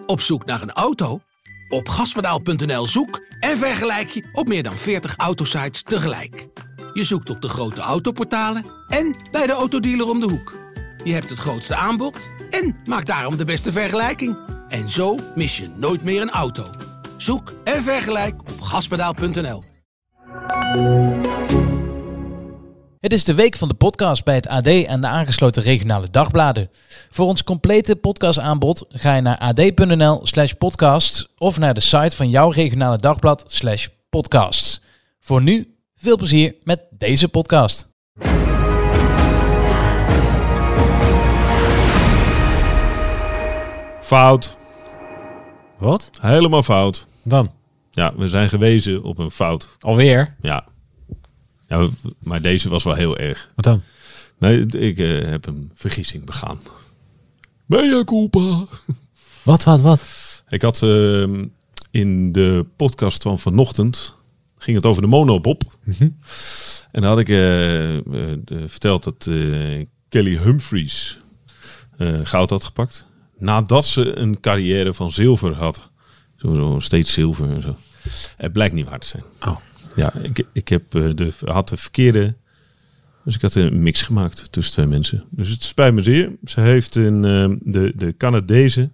Op zoek naar een auto? Op Gaspedaal.nl zoek en vergelijk je op meer dan 40 autosites tegelijk. Je zoekt op de grote autoportalen en bij de autodealer om de hoek. Je hebt het grootste aanbod en maakt daarom de beste vergelijking. En zo mis je nooit meer een auto. Zoek en vergelijk op Gaspedaal.nl. Het is de week van de podcast bij het AD en de aangesloten regionale dagbladen. Voor ons complete podcastaanbod ga je naar ad.nl/podcast of naar de site van jouw regionale dagblad /podcast. Voor nu, veel plezier met deze podcast. Fout. Wat? Helemaal fout. Dan? Ja, we zijn gewezen op een fout. Alweer? Ja, maar deze was wel heel erg. Wat dan? Nee, ik heb een vergissing begaan. Mea culpa. Wat? Ik had in de podcast van vanochtend, ging het over de monobob. Mm-hmm. En dan had ik verteld dat Kelly Humphries goud had gepakt. Nadat ze een carrière van zilver had. Zo steeds zilver en zo. Het blijkt niet waar te zijn. Oh. Ja, ik had de verkeerde... Dus ik had een mix gemaakt tussen twee mensen. Dus het spijt me zeer. Ze heeft de Canadese...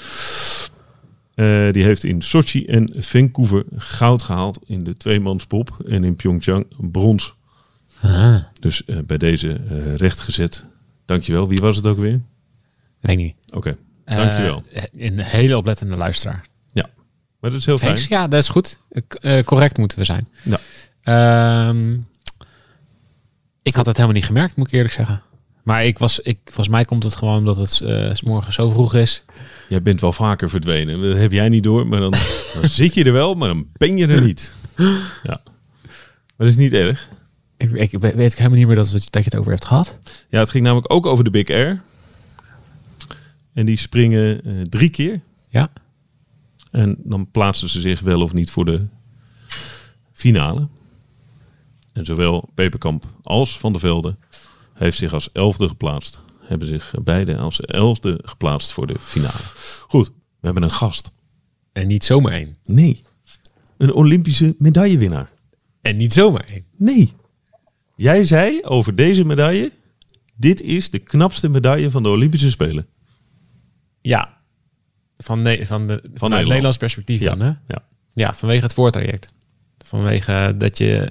die heeft in Sochi en Vancouver goud gehaald in de tweemanspop. En in Pyeongchang brons. Ah. Dus bij deze rechtgezet. Dankjewel. Wie was het ook weer? Weet niet. Oké, dankjewel. Een hele oplettende luisteraar. Ja, maar dat is heel fijn. Thanks. Ja, dat is goed. Correct moeten we zijn. Ja. Ik had het helemaal niet gemerkt, moet ik eerlijk zeggen. Maar volgens mij komt het gewoon omdat het 's morgens zo vroeg is. Jij bent wel vaker verdwenen. Dat heb jij niet door, maar dan zit je er wel, maar dan ben je er niet. Ja. Maar dat is niet erg. Ik weet helemaal niet meer dat je het over hebt gehad. Ja, het ging namelijk ook over de Big Air. En die springen 3 keer. Ja. En dan plaatsen ze zich wel of niet voor de finale. En zowel Peperkamp als Van der Velde heeft zich als 11e geplaatst. Hebben zich beide als 11e geplaatst voor de finale. Goed, we hebben een gast. En niet zomaar één. Nee, een Olympische medaillewinnaar. En niet zomaar één. Nee. Jij zei over deze medaille... Dit is de knapste medaille van de Olympische Spelen. Ja. Vanuit Nederlands perspectief dan, hè? Ja. Ja, vanwege het voortraject. Vanwege dat je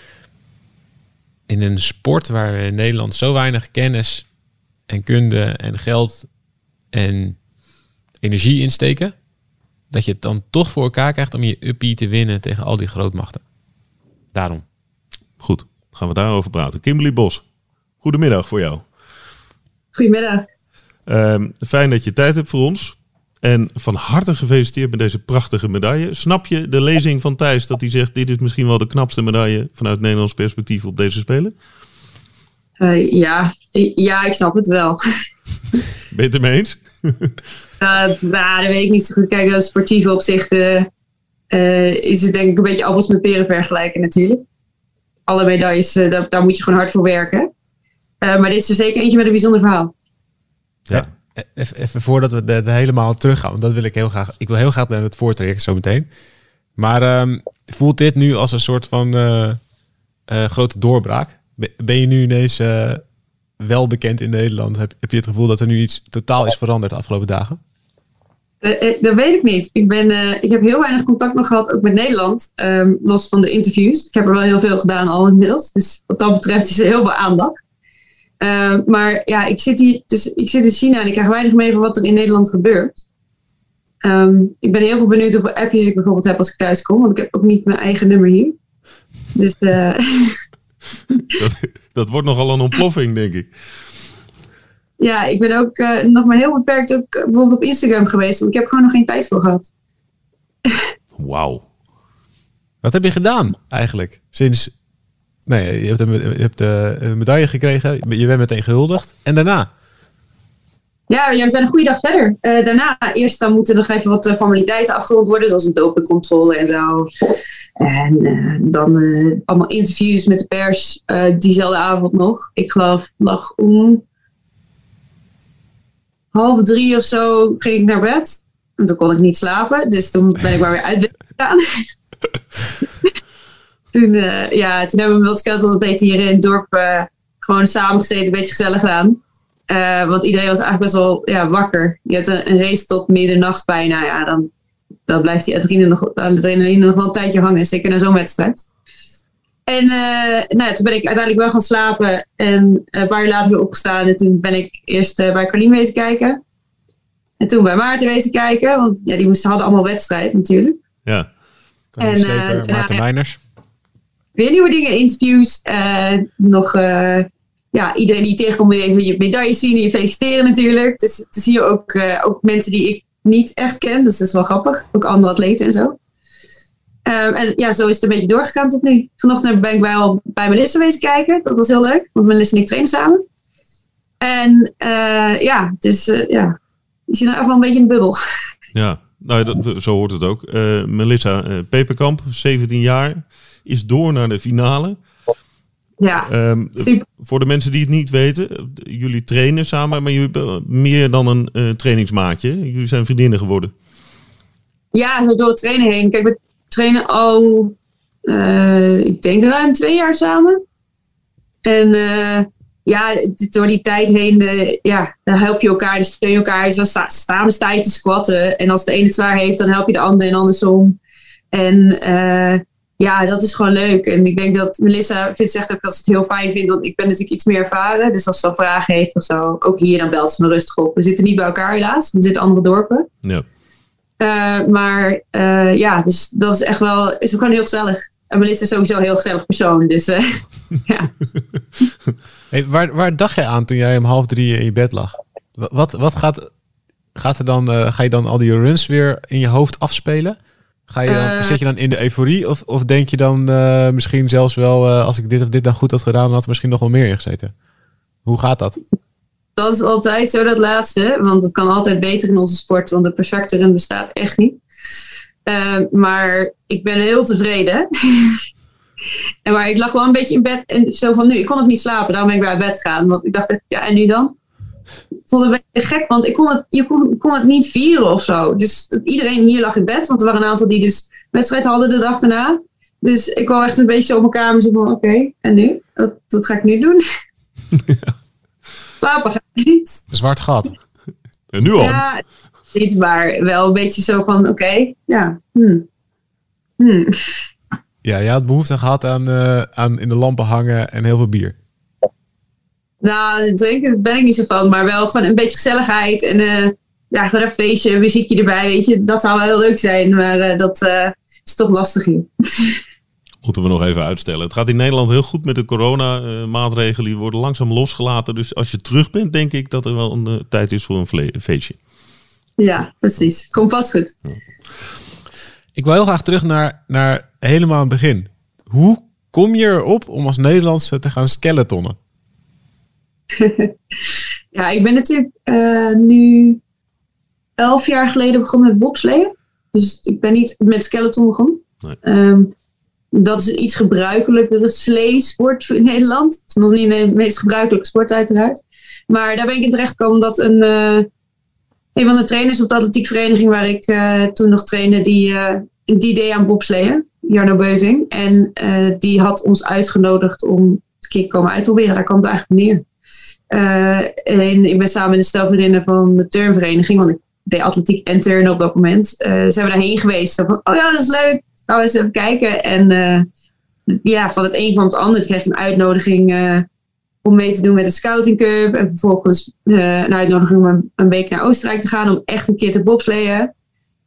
in een sport waar we in Nederland zo weinig kennis en kunde en geld en energie insteken, dat je het dan toch voor elkaar krijgt om je uppie te winnen tegen al die grootmachten. Daarom. Goed, gaan we daarover praten. Kimberly Bos, goedemiddag voor jou. Goedemiddag. Fijn dat je tijd hebt voor ons. En van harte gefeliciteerd met deze prachtige medaille. Snap je de lezing van Thijs dat hij zegt... dit is misschien wel de knapste medaille vanuit Nederlands perspectief op deze Spelen? Ja, ik snap het wel. Ben je het ermee eens? Dat weet ik niet zo goed. Kijk, uit sportieve opzichten is het denk ik een beetje appels met peren vergelijken natuurlijk. Alle medailles, daar moet je gewoon hard voor werken. Maar dit is er zeker eentje met een bijzonder verhaal. Ja. Even voordat we er helemaal terug gaan, want dat wil ik heel graag. Ik wil heel graag naar het voortraject zo meteen. Maar voelt dit nu als een soort van grote doorbraak? Ben je nu ineens wel bekend in Nederland? Heb je het gevoel dat er nu iets totaal is veranderd de afgelopen dagen? Dat weet ik niet. Ik heb heel weinig contact nog gehad, ook met Nederland. Los van de interviews. Ik heb er wel heel veel gedaan al inmiddels. Dus wat dat betreft is er heel veel aandacht. Maar ja, ik zit in China en ik krijg weinig mee van wat er in Nederland gebeurt. Ik ben heel veel benieuwd hoeveel appjes ik bijvoorbeeld heb als ik thuis kom. Want ik heb ook niet mijn eigen nummer hier. Dus dat wordt nogal een ontploffing, denk ik. Ja, ik ben ook nog maar heel beperkt ook bijvoorbeeld op Instagram geweest. Want ik heb gewoon nog geen tijd voor gehad. Wauw. Wat heb je gedaan eigenlijk? Sinds... Nee, je hebt een medaille gekregen. Je bent meteen gehuldigd. En daarna? Ja, we zijn een goede dag verder. Daarna, eerst dan moeten nog even wat formaliteiten afgerond worden. Zoals een dopingcontrole en zo. En dan allemaal interviews met de pers. Diezelfde avond nog. Ik geloof, lag om 2:30 of zo ging ik naar bed. En toen kon ik niet slapen. Dus toen ben ik maar weer uit bed gegaan. Toen hebben we wat skeleton eten hier in het dorp gewoon samen gezeten, een beetje gezellig gedaan. Want iedereen was eigenlijk best wel wakker. Je hebt een race tot middernacht bijna. Ja, dan blijft die adrenaline nog wel een tijdje hangen. Zeker na zo'n wedstrijd. En toen ben ik uiteindelijk wel gaan slapen. En een paar uur later weer opgestaan. En toen ben ik eerst bij Carlien wezen kijken. En toen bij Maarten wezen kijken. Want die hadden allemaal wedstrijd natuurlijk. Ja. En Maarten Meiners. Weer nieuwe dingen, interviews. Iedereen die tegenkomt even je medailles zien en je feliciteren natuurlijk. Dus zie je ook mensen die ik niet echt ken. Dus dat is wel grappig. Ook andere atleten en zo. Zo is het een beetje doorgegaan tot nu. Vanochtend ben ik wel bij Melissa wezen kijken. Dat was heel leuk, want Melissa en ik trainen samen. En het is... je zit nou echt wel een beetje in een bubbel. Ja, zo hoort het ook. Melissa Peperkamp, 17 jaar, is door naar de finale. Ja, super. Voor de mensen die het niet weten, jullie trainen samen, maar jullie hebben meer dan een trainingsmaatje. Jullie zijn vriendinnen geworden. Ja, zo door het trainen heen. Kijk, we trainen al, ik denk ruim 2 jaar samen. En door die tijd heen, dan help je elkaar, dan steun je elkaar. Dus dan sta je te squatten. En als de ene het zwaar heeft, dan help je de ander en andersom. En dat is gewoon leuk. En ik denk dat Melissa zegt ook dat ze het heel fijn vindt. Want ik ben natuurlijk iets meer ervaren. Dus als ze dan vragen heeft of zo, ook hier, dan belt ze me rustig op. We zitten niet bij elkaar helaas. We zitten in andere dorpen. Ja. Dus dat is echt wel, is ook gewoon heel gezellig. En Melissa is sowieso een heel gezellig persoon. Dus ja. Hey, waar dacht jij aan toen jij om 2:30 in je bed lag? Wat gaat er dan? Ga je dan al die runs weer in je hoofd afspelen? Zit je dan in de euforie? Of denk je dan misschien zelfs wel, als ik dit of dit dan goed had gedaan, had er misschien nog wel meer in gezeten? Hoe gaat dat? Dat is altijd zo, dat laatste. Want het kan altijd beter in onze sport. Want de perfecte run bestaat echt niet. Maar ik ben heel tevreden. Maar ik lag wel een beetje in bed. En zo van nu, ik kon ook niet slapen. Daarom ben ik weer uit bed gegaan. Want ik dacht echt, en nu dan? Ik vond het een beetje gek. Want je kon het niet vieren of zo. Dus iedereen hier lag in bed. Want er waren een aantal die dus wedstrijd hadden de dag daarna. Dus ik wou echt een beetje zo op mijn kamer. Zo van, oké, en nu? Wat ga ik nu doen? Slapen ga ik niet. Zwart gat. En nu al? Ja, niet, maar wel een beetje zo van, oké. Ja, je had behoefte gehad aan in de lampen hangen en heel veel bier. Nou, drinken ben ik niet zo van, maar wel gewoon een beetje gezelligheid en gewoon een feestje, muziekje erbij, weet je. Dat zou wel heel leuk zijn, maar dat is toch lastig hier. Moeten we nog even uitstellen. Het gaat in Nederland heel goed met de corona-maatregelen. Die worden langzaam losgelaten. Dus als je terug bent, denk ik dat er wel een tijd is voor een feestje. Ja, precies. Komt vast goed. Ja. Ik wil heel graag terug naar helemaal het begin. Hoe kom je erop om als Nederlandse te gaan skeletonnen? Ja, ik ben natuurlijk nu 11 jaar geleden begonnen met bobsleeën. Dus ik ben niet met skeleton begonnen. Nee. Dat is een iets gebruikelijkere sleesport in Nederland. Het is nog niet de meest gebruikelijke sport uiteraard. Maar daar ben ik in terecht gekomen dat een van de trainers op de atletiekvereniging waar ik toen nog trainde, die deed aan bobsleeën, Jarno Beuving. En die had ons uitgenodigd om een keer komen uitproberen. Daar kwam het eigenlijk neer. En ik ben samen met de stelvriendinnen van de turnvereniging, want ik deed atletiek en turnen op dat moment. Zijn we daarheen geweest. Van, oh ja, dat is leuk. Gaan we eens even kijken. En van het een kwam het ander. Toen kreeg ik een uitnodiging om mee te doen met de Scouting Cup. En vervolgens een uitnodiging om een week naar Oostenrijk te gaan. Om echt een keer te bobsleeën.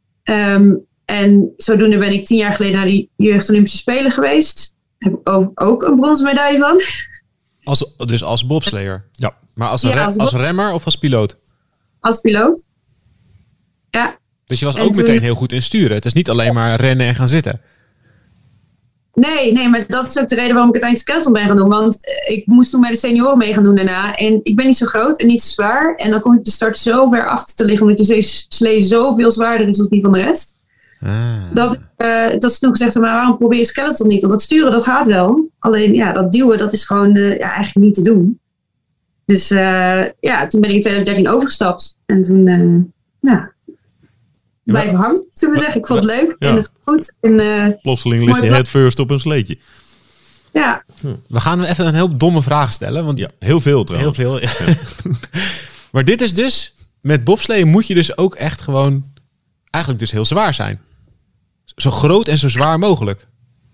En zodoende ben ik 10 jaar geleden naar die Jeugd Olympische Spelen geweest. Heb ik ook een bronzen medaille van. Dus als bobsleer? Ja. Maar als remmer of als piloot? Als piloot. Ja. Dus je was ook meteen heel goed in sturen. Het is niet alleen maar rennen en gaan zitten. Nee, maar dat is ook de reden waarom ik uiteindelijk skeleton ben gaan doen. Want ik moest toen bij de senioren mee gaan doen daarna. En ik ben niet zo groot en niet zo zwaar. En dan kom ik de start zo ver achter te liggen. Omdat je slee zoveel zwaarder is dan die van de rest. Dat ze toen gezegd hebben, maar waarom probeer je skeleton niet? Want dat sturen, dat gaat wel. Alleen dat duwen, dat is gewoon eigenlijk niet te doen. Dus toen ben ik in 2013 overgestapt. En toen blijven hangen, zullen we zeggen. Ik vond het leuk Ja. en het goed. En, Plotseling lig je Mooi head first op een sleetje. ja, We gaan even een heel domme vraag stellen. Want Ja, heel veel heel trouwens. veel. Maar dit is dus... Met bobsleeën moet je dus ook echt gewoon... Eigenlijk dus heel zwaar zijn. Zo groot en zo zwaar mogelijk.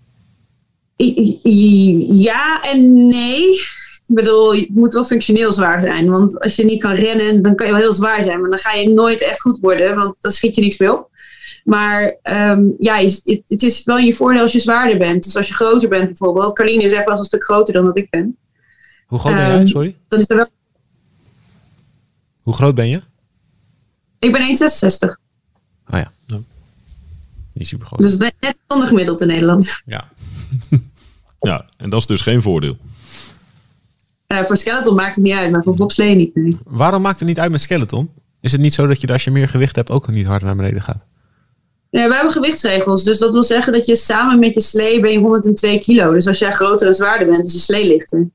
ja en nee. Ik bedoel, het moet wel functioneel zwaar zijn. Want als je niet kan rennen, dan kan je wel heel zwaar zijn. Maar dan ga je nooit echt goed worden, want dan schiet je niks meer op. Maar het is wel in je voordeel als je zwaarder bent. Dus als je groter bent bijvoorbeeld. Carline is echt wel een stuk groter dan dat ik ben. Hoe groot ben jij? Sorry. Dan is er wel, Hoe groot ben je? ik ben 1,66. Oh ja. Niet super groot. Dus net onder gemiddeld in Nederland. Ja. Ja, en dat is dus geen voordeel. Voor skeleton maakt het niet uit, maar voor bobsleeën niet. Nee. Waarom maakt het niet uit met skeleton? Is het niet zo dat je als je meer gewicht hebt ook niet hard naar beneden gaat? Ja, we hebben gewichtsregels. Dus dat wil zeggen dat je samen met je slee ben je 102 kilo. Dus als jij groter en zwaarder bent, is je slee lichter.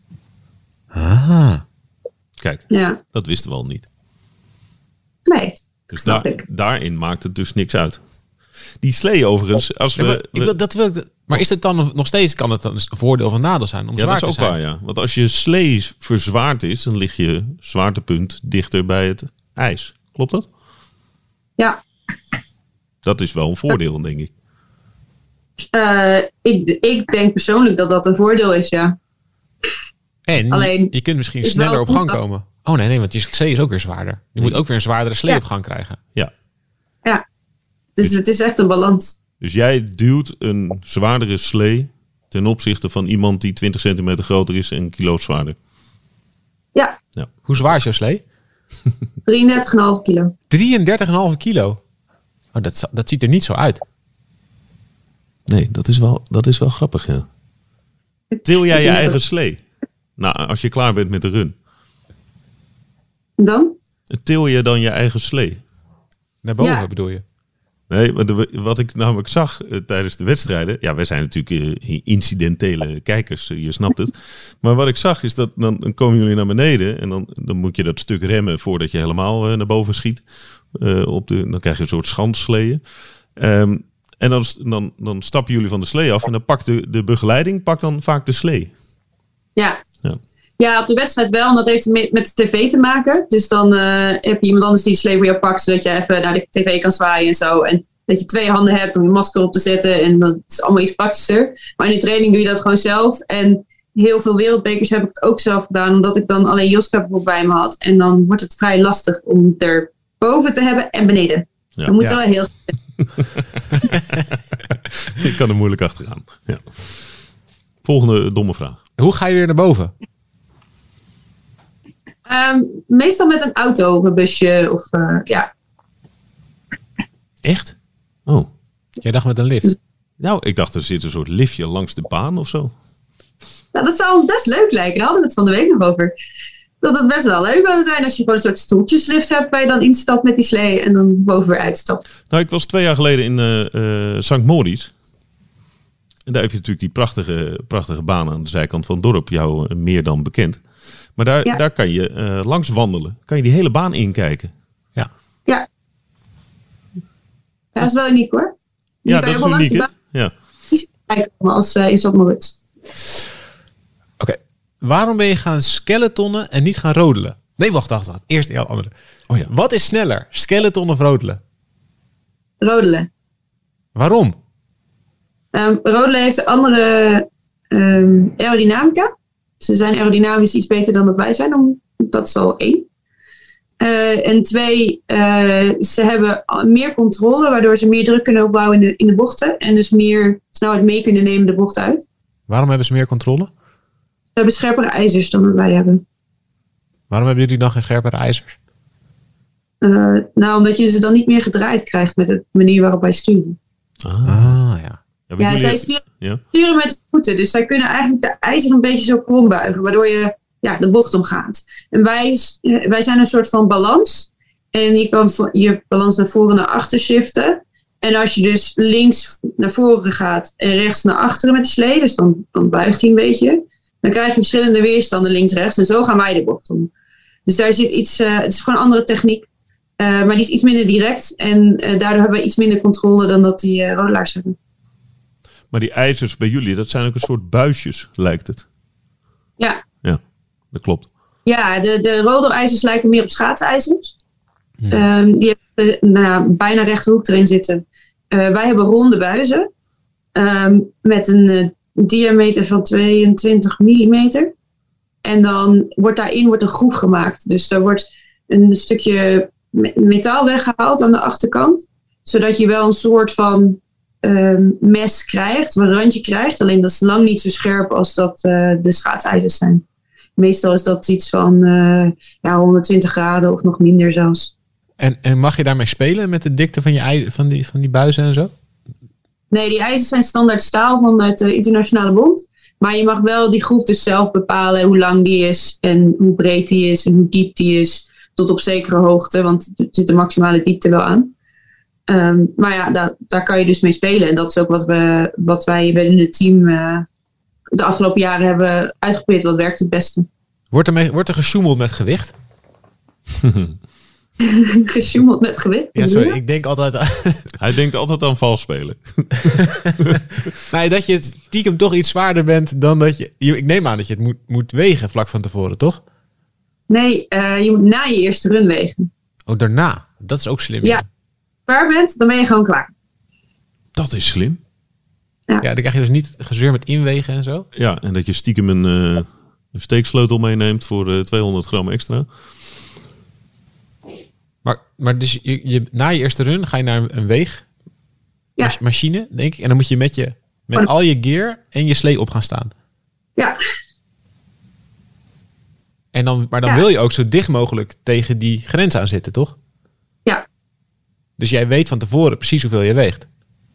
Ah. Kijk, Ja, dat wisten we al niet. nee. Dus Snap ik. daarin maakt het dus niks uit. Die slee overigens, als we... Maar is het dan nog steeds, kan het dan een voordeel of een nadeel zijn om Ja, zwaar dat is te ook zijn? waar, ja. Want als je slee verzwaard is, dan ligt je zwaartepunt dichter bij het ijs. Klopt dat? Ja, Dat is wel een voordeel, denk ik. ik denk persoonlijk dat dat een voordeel is, ja. En Alleen, je kunt misschien is sneller wel op gang goed- komen. Oh nee, want je slee is ook weer zwaarder. Je moet ook weer een zwaardere slee Ja. op gang krijgen. Ja. Dus het is echt een balans. Dus jij duwt een zwaardere slee ten opzichte van iemand die 20 centimeter groter is en een kilo zwaarder. Ja, Hoe zwaar is jouw slee? 33,5 kilo. 33,5 kilo. Oh, dat ziet er niet zo uit. Nee, dat is wel grappig, ja. Til jij je eigen slee? Nou, als je klaar bent met de run. Dan? Til je dan je eigen slee? Naar boven Ja. bedoel je? Nee, wat ik namelijk zag tijdens de wedstrijden... Ja, wij zijn natuurlijk incidentele kijkers, je snapt het. Maar wat ik zag is dat dan komen jullie naar beneden... en dan moet je dat stuk remmen voordat je helemaal naar boven schiet. Dan krijg je een soort schandsleeën. En dan stappen jullie van de slee af... en dan pakt de begeleiding dan vaak de slee. Ja. Ja. Ja, op de wedstrijd wel. En dat heeft met de tv te maken. Dus dan heb je iemand anders die je slee voor jou pakt... zodat je even naar de tv kan zwaaien en zo. En dat je 2 handen hebt om je masker op te zetten. En dat is allemaal iets praktischer. Maar in de training doe je dat gewoon zelf. En heel veel wereldbekers heb ik het ook zelf gedaan... omdat ik dan alleen Joska bijvoorbeeld bij me had. En dan wordt het vrij lastig om er boven te hebben en beneden. Ja. Dan moet Ja. wel heel... Ik kan er moeilijk achteraan. Ja. Volgende domme vraag. Hoe ga je weer naar boven? Meestal met een auto of een busje. Of, ja. Echt? Oh. Jij dacht met een lift. Nou, ik dacht er zit een soort liftje langs de baan of zo. Nou, dat zou ons best leuk lijken. Daar hadden we het van de week nog over. Dat het best wel leuk zou zijn als je gewoon een soort stoeltjeslift hebt... waar je dan instapt met die slee en dan boven weer uitstapt. Nou, ik was 2 jaar geleden in St. Moritz. En daar heb je natuurlijk die prachtige baan aan de zijkant van het dorp. Jou meer dan bekend. Maar daar kan je langs wandelen. Kan je die hele baan inkijken. Ja, dat is wel uniek hoor. Die Ja, kan dat je is wel langs uniek, die hè? baan Ja. kijken als in St. Moritz. Oké. Waarom ben je gaan skeletonnen en niet gaan rodelen? Nee, wacht. Eerst de andere. Oh ja. Wat is sneller? Skeleton of rodelen? Rodelen. Waarom? Rodelen heeft een andere aerodynamica. Ze zijn aerodynamisch iets beter dan dat wij zijn. Dat is al 1. En 2, ze hebben meer controle, waardoor ze meer druk kunnen opbouwen in de bochten. En dus meer snelheid mee kunnen nemen de bocht uit. Waarom hebben ze meer controle? Ze hebben scherpere ijzers dan wat wij hebben. Waarom hebben jullie dan geen scherpere ijzers? Nou, omdat je ze dan niet meer gedraaid krijgt met de manier waarop wij sturen. Ah, ja. Ja, zij sturen met de voeten. Dus zij kunnen eigenlijk de ijzer een beetje zo krom buigen. Waardoor je de bocht omgaat. En wij zijn een soort van balans. En je kan je balans naar voren en naar achter shiften. En als je dus links naar voren gaat en rechts naar achteren met de slee. Dus dan buigt hij een beetje. Dan krijg je verschillende weerstanden links-rechts. En zo gaan wij de bocht om. Dus daar zit iets... het is gewoon een andere techniek. Maar die is iets minder direct. En daardoor hebben we iets minder controle dan dat die rodelaars hebben. Maar die ijzers bij jullie, dat zijn ook een soort buisjes, lijkt het. Ja. Ja, dat klopt. Ja, de roderijzers lijken meer op schaatsijzers. Die hebben bijna rechte hoek erin zitten. Wij hebben ronde buizen. Met een diameter van 22 millimeter. En dan wordt daarin een groef gemaakt. Dus daar wordt een stukje metaal weggehaald aan de achterkant. Zodat je wel een soort van mes krijgt, een randje krijgt. Alleen dat is lang niet zo scherp als dat de schaatsijzers zijn. Meestal is dat iets van 120 graden of nog minder zelfs. En mag je daarmee spelen met de dikte van die buizen en zo? Nee, die ijzers zijn standaard staal vanuit de internationale bond. Maar je mag wel die groef dus zelf bepalen hoe lang die is en hoe breed die is en hoe diep die is. Tot op zekere hoogte, want er zit de maximale diepte wel aan. Maar ja, daar kan je dus mee spelen. En dat is ook wat wij binnen het team de afgelopen jaren hebben uitgeprobeerd. Wat werkt het beste? Wordt er gesjoemeld met gewicht? Gesjoemeld met gewicht? Ja, sorry, ik denk altijd... Hij denkt altijd aan vals spelen. Nee, dat je stiekem toch iets zwaarder bent dan dat je... Ik neem aan dat je het moet wegen vlak van tevoren, toch? Nee, je moet na je eerste run wegen. Oh, daarna? Dat is ook slim. Ja. Klaar bent, dan ben je gewoon klaar. Dat is slim. Ja, dan krijg je dus niet gezeur met inwegen en zo. Ja, en dat je stiekem een steeksleutel meeneemt voor 200 gram extra. Maar dus na je eerste run ga je naar een weegmachine, denk ik. En dan moet je met al je gear en je slee op gaan staan. Ja. En dan wil je ook zo dicht mogelijk tegen die grens aan zitten, toch? Ja. Dus jij weet van tevoren precies hoeveel je weegt.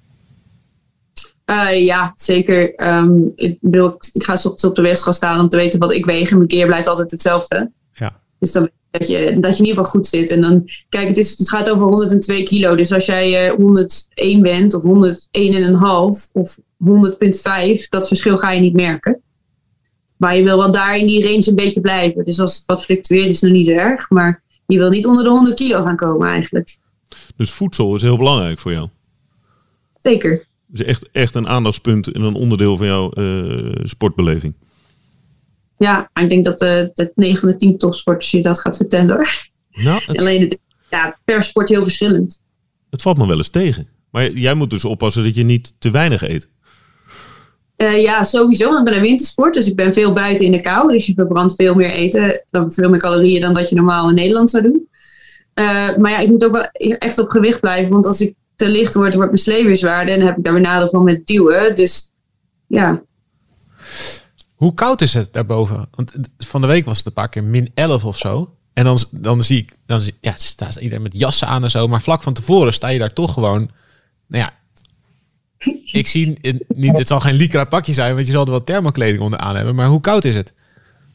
Ja, zeker. Ik ga 's ochtends op de weegschaal staan om te weten wat ik weeg. En mijn keer blijft altijd hetzelfde. Ja. Dus dan weet je dat je in ieder geval goed zit. En dan, kijk, het gaat over 102 kilo. Dus als jij 101 bent of 101,5 of 100,5, dat verschil ga je niet merken. Maar je wil wel daar in die range een beetje blijven. Dus als het wat fluctueert is het nog niet zo erg. Maar je wil niet onder de 100 kilo gaan komen eigenlijk. Dus voedsel is heel belangrijk voor jou. Zeker. Het is echt een aandachtspunt en een onderdeel van jouw sportbeleving. Ja, ik denk dat de 9 van de 10 topsporters je dat gaat vertellen hoor. Nou, Alleen het is per sport heel verschillend. Het valt me wel eens tegen. Maar jij moet dus oppassen dat je niet te weinig eet. Ja, sowieso. Want ik ben een wintersport. Dus ik ben veel buiten in de kou. Dus je verbrandt veel meer eten. Veel meer calorieën dan dat je normaal in Nederland zou doen. Maar ja, ik moet ook wel echt op gewicht blijven. Want als ik te licht word, wordt mijn slee weer zwaarder. En dan heb ik daar weer nadeel van met duwen. Dus ja. Hoe koud is het daarboven? Want van de week was het een paar keer -11 of zo. En dan zie ik, staat iedereen met jassen aan en zo. Maar vlak van tevoren sta je daar toch gewoon... Nou ja, ik zie niet, het zal geen lycra pakje zijn, want je zal er wel thermokleding onder aan hebben. Maar hoe koud is het?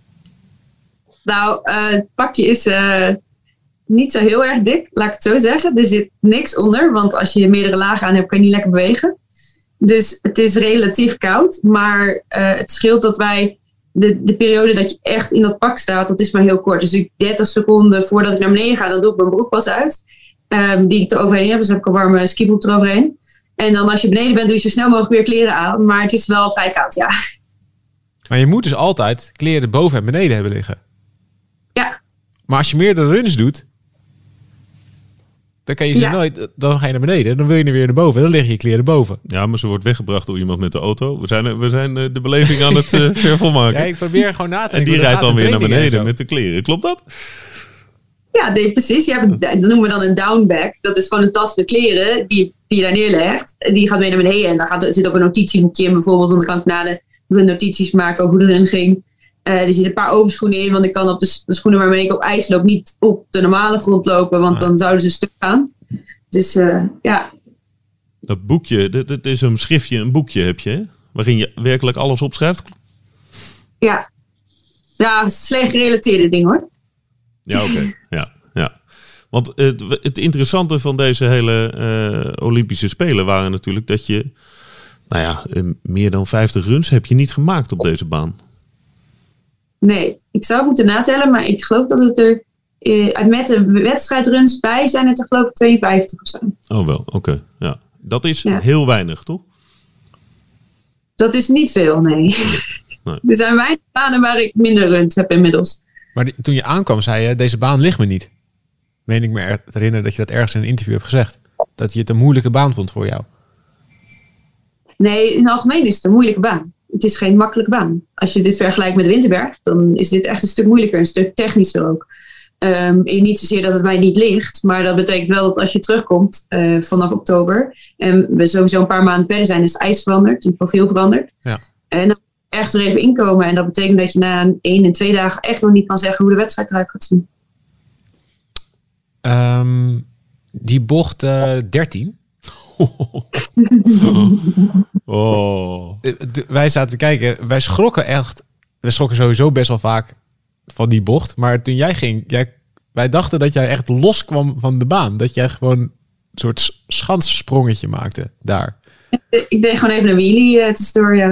Nou, het pakje is niet zo heel erg dik, laat ik het zo zeggen. Er zit niks onder, want als je meerdere lagen aan hebt, kan je niet lekker bewegen. Dus het is relatief koud, maar het scheelt dat wij de periode dat je echt in dat pak staat, dat is maar heel kort. Dus 30 seconden voordat ik naar beneden ga, dan doe ik mijn broek pas uit. Die ik er overheen heb, dus heb ik een warme skibroek eroverheen. En dan als je beneden bent, doe je zo snel mogelijk weer kleren aan. Maar het is wel vrij koud, ja. Maar je moet dus altijd kleren boven en beneden hebben liggen. Ja. Maar als je meerdere runs doet, dan kan je ze nooit... Dan ga je naar beneden, dan wil je weer naar boven. Dan liggen je kleren boven. Ja, maar ze wordt weggebracht door iemand met de auto. We zijn de beleving aan het vervolmaken. Ja, ik probeer gewoon na te denken. En die rijdt dan weer naar beneden met de kleren. Klopt dat? Ja, nee, precies. Dat noemen we dan een downbag. Dat is gewoon een tas met kleren die je daar neerlegt. Die gaat weer naar beneden. En daar zit ook een notitieboekje in bijvoorbeeld. Want dan kan ik na de notities maken over hoe de run ging. Er zitten een paar overschoenen in. Want ik kan op de schoenen waarmee ik op ijs loop niet op de normale grond lopen. Want dan zouden ze stuk gaan. Dus ja. Dat boekje, dat is een schriftje, een boekje heb je, hè? Waarin je werkelijk alles opschrijft. Ja. Ja, slecht gerelateerde ding hoor. Ja, oké. Ja. Want het interessante van deze hele Olympische Spelen waren natuurlijk dat je, meer dan 50 runs heb je niet gemaakt op deze baan. Nee, ik zou moeten natellen, maar ik geloof dat het er met de wedstrijdruns bij zijn het er geloof ik 52 of zo. Oh wel, oké. Ja. Dat is Ja. heel weinig, toch? Dat is niet veel, nee. Nee. Er zijn weinig banen waar ik minder runs heb inmiddels. Maar toen je aankwam, zei je, deze baan ligt me niet. Meen ik me te herinneren dat je dat ergens in een interview hebt gezegd. Dat je het een moeilijke baan vond voor jou. Nee, in het algemeen is het een moeilijke baan. Het is geen makkelijke baan. Als je dit vergelijkt met de Winterberg, dan is dit echt een stuk moeilijker. Een stuk technischer ook. Niet zozeer dat het mij niet ligt, maar dat betekent wel dat als je terugkomt vanaf oktober en we sowieso een paar maanden verder zijn, is het ijs veranderd, het profiel veranderd. Ja. En dan echt er even inkomen. En dat betekent dat je na 1 en 2 dagen echt nog niet kan zeggen hoe de wedstrijd eruit gaat zien. Die bocht 13. Oh. Wij zaten te kijken. Wij schrokken sowieso best wel vaak van die bocht. Maar toen jij ging, wij dachten dat jij echt loskwam van de baan. Dat jij gewoon een soort schanssprongetje maakte daar. Ik deed gewoon even een wheelie tussendoor, ja.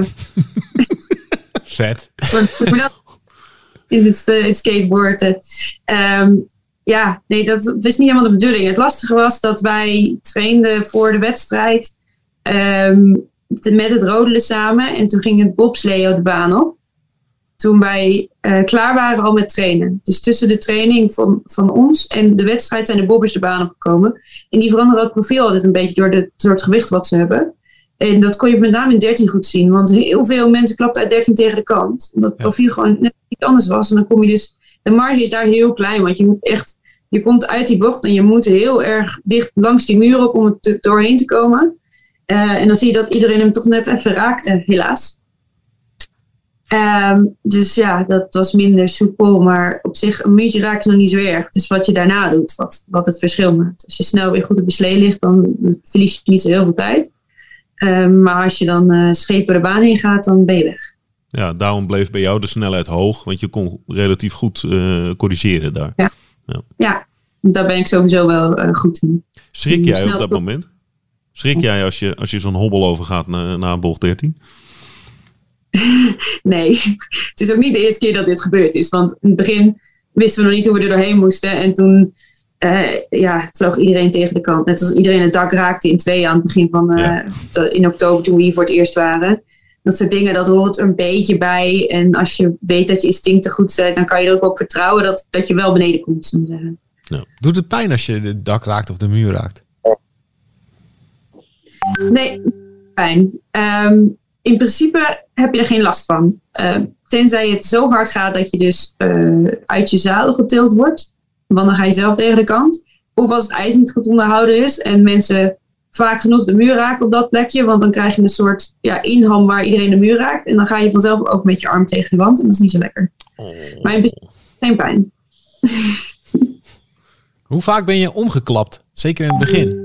Vet. In het skateboarden. Ja, nee, dat was niet helemaal de bedoeling. Het lastige was dat wij trainden voor de wedstrijd met het rodelen samen. En toen ging het bobsleeën de baan op. Toen wij klaar waren al met trainen. Dus tussen de training van ons en de wedstrijd zijn de bobbers de baan opgekomen. En die veranderen het profiel altijd een beetje door het soort gewicht wat ze hebben. En dat kon je met name in 13 goed zien. Want heel veel mensen klapten uit 13 tegen de kant. Omdat het profiel gewoon net iets anders was. En dan kom je dus... De marge is daar heel klein. Want je moet echt... Je komt uit die bocht en je moet heel erg dicht langs die muur op om er doorheen te komen. En dan zie je dat iedereen hem toch net even raakte, helaas. Dus ja, dat was minder soepel. Maar op zich, een muurtje raakt nog niet zo erg. Dus wat je daarna doet, wat het verschil maakt. Als je snel weer goed op de slee ligt, dan verlies je niet zo heel veel tijd. Maar als je dan scheep door de baan heen gaat, dan ben je weg. Ja, daarom bleef bij jou de snelheid hoog. Want je kon relatief goed corrigeren daar. Ja, daar ben ik sowieso wel goed in. Schrik jij op dat moment? Schrik jij als je zo'n hobbel overgaat naar bocht 13? Nee, het is ook niet de eerste keer dat dit gebeurd is. Want in het begin wisten we nog niet hoe we er doorheen moesten. En toen vloog iedereen tegen de kant. Net als iedereen het dak raakte in 2 aan het begin van in oktober toen we hier voor het eerst waren. Dat soort dingen, dat hoort er een beetje bij. En als je weet dat je instincten goed zijn, dan kan je er ook op vertrouwen dat je wel beneden komt. Ja. Doet het pijn als je het dak raakt of de muur raakt? Nee, pijn. In principe heb je er geen last van. Tenzij het zo hard gaat dat je dus uit je zadel getild wordt. Want dan ga je zelf tegen de kant. Of als het ijs niet goed onderhouden is en mensen vaak genoeg de muur raken op dat plekje. Want dan krijg je een soort inham waar iedereen de muur raakt. En dan ga je vanzelf ook met je arm tegen de wand. En dat is niet zo lekker. Maar in principe geen pijn. Hoe vaak ben je omgeklapt? Zeker in het begin.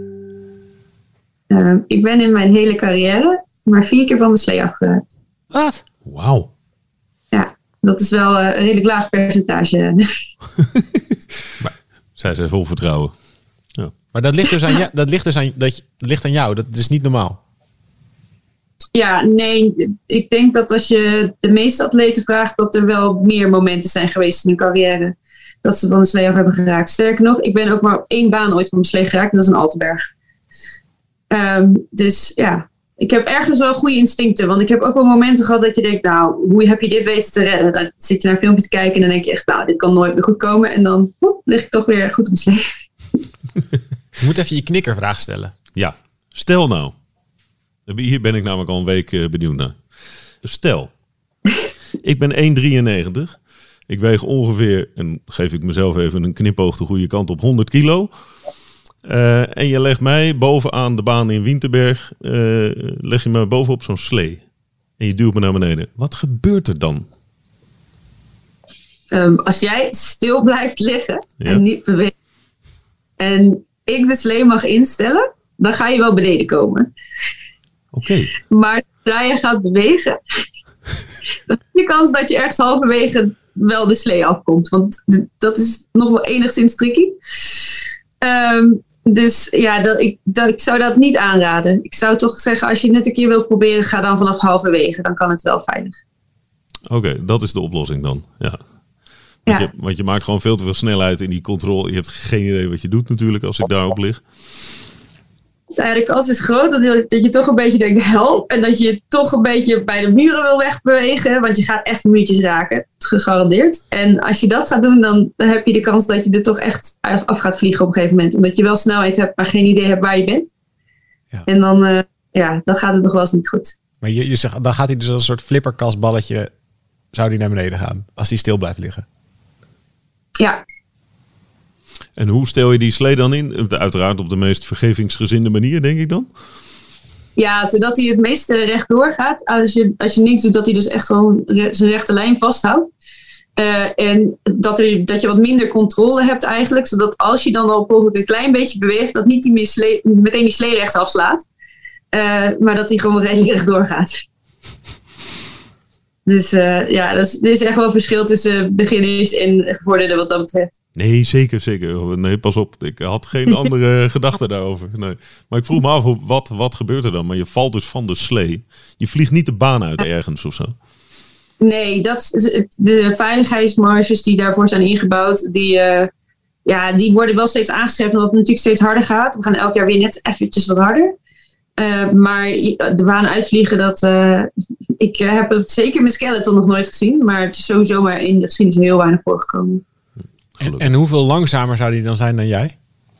Ik ben in mijn hele carrière maar 4 keer van mijn slee afgeraakt. Wat? Wauw. Ja, dat is wel een redelijk laag percentage. Zij zijn vol vertrouwen. Ja. Maar dat ligt aan jou. Dat is niet normaal. Ja, nee. Ik denk dat als je de meeste atleten vraagt, dat er wel meer momenten zijn geweest in hun carrière. Dat ze van de slee af hebben geraakt. Sterker nog, ik ben ook maar op 1 baan ooit van mijn slee geraakt. En dat is een Altenberg. Dus ja, ik heb ergens wel goede instincten. Want ik heb ook wel momenten gehad dat je denkt, nou, hoe heb je dit weten te redden? Dan zit je naar een filmpje te kijken en dan denk je echt, nou, dit kan nooit meer goed komen. En dan lig ik toch weer goed op mijn slee. Je moet even je knikkervraag stellen. Ja, stel nou. Hier ben ik namelijk al een week benieuwd naar. Stel, ik ben 1,93. Ik weeg ongeveer, en geef ik mezelf even een knipoog de goede kant op, 100 kilo. En je legt mij bovenaan de baan in Winterberg, leg je me bovenop zo'n slee. En je duwt me naar beneden. Wat gebeurt er dan? Als jij stil blijft liggen en niet beweegt en ik de slee mag instellen, dan ga je wel beneden komen. Oké. Maar zodra je gaat bewegen, dan is de kans dat je ergens halverwege wel de slee afkomt. Want dat is nog wel enigszins tricky. Dus ja, ik zou dat niet aanraden. Ik zou toch zeggen, als je het net een keer wilt proberen, ga dan vanaf halverwege. Dan kan het wel veilig. Oké, dat is de oplossing dan. Ja. Want je maakt gewoon veel te veel snelheid in die controle. Je hebt geen idee wat je doet natuurlijk als ik daarop lig. Eigenlijk kans is groot dat je toch een beetje denkt help. En dat je toch een beetje bij de muren wil wegbewegen. Want je gaat echt muurtjes raken. Gegarandeerd. En als je dat gaat doen, dan heb je de kans dat je er toch echt af gaat vliegen op een gegeven moment. Omdat je wel snelheid hebt, maar geen idee hebt waar je bent. Ja. En dan gaat het nog wel eens niet goed. Maar je zegt, dan gaat hij dus als een soort flipperkastballetje, zou die naar beneden gaan. Als die stil blijft liggen. Ja. En hoe stel je die slee dan in? Uiteraard op de meest vergevingsgezinde manier, denk ik dan? Ja, zodat hij het meest rechtdoor gaat. Als je niks doet, dat hij dus echt gewoon zijn rechte lijn vasthoudt. En dat je wat minder controle hebt eigenlijk. Zodat als je dan al mogelijk een klein beetje beweegt, dat niet meteen die slee rechts afslaat. Maar dat hij gewoon redelijk rechtdoor gaat. Dus er is echt wel een verschil tussen beginners en gevorderden wat dat betreft. Nee, zeker. Nee, pas op. Ik had geen andere gedachten daarover. Nee. Maar ik vroeg me af, wat gebeurt er dan? Maar je valt dus van de slee. Je vliegt niet de baan uit ergens of zo. Nee, de veiligheidsmarges die daarvoor zijn ingebouwd, die worden wel steeds aangescherpt omdat het natuurlijk steeds harder gaat. We gaan elk jaar weer net eventjes wat harder. Maar de baan uitvliegen, ik heb het zeker met Skeleton nog nooit gezien. Maar het is sowieso maar in de geschiedenis heel weinig voorgekomen. En hoeveel langzamer zou die dan zijn dan jij?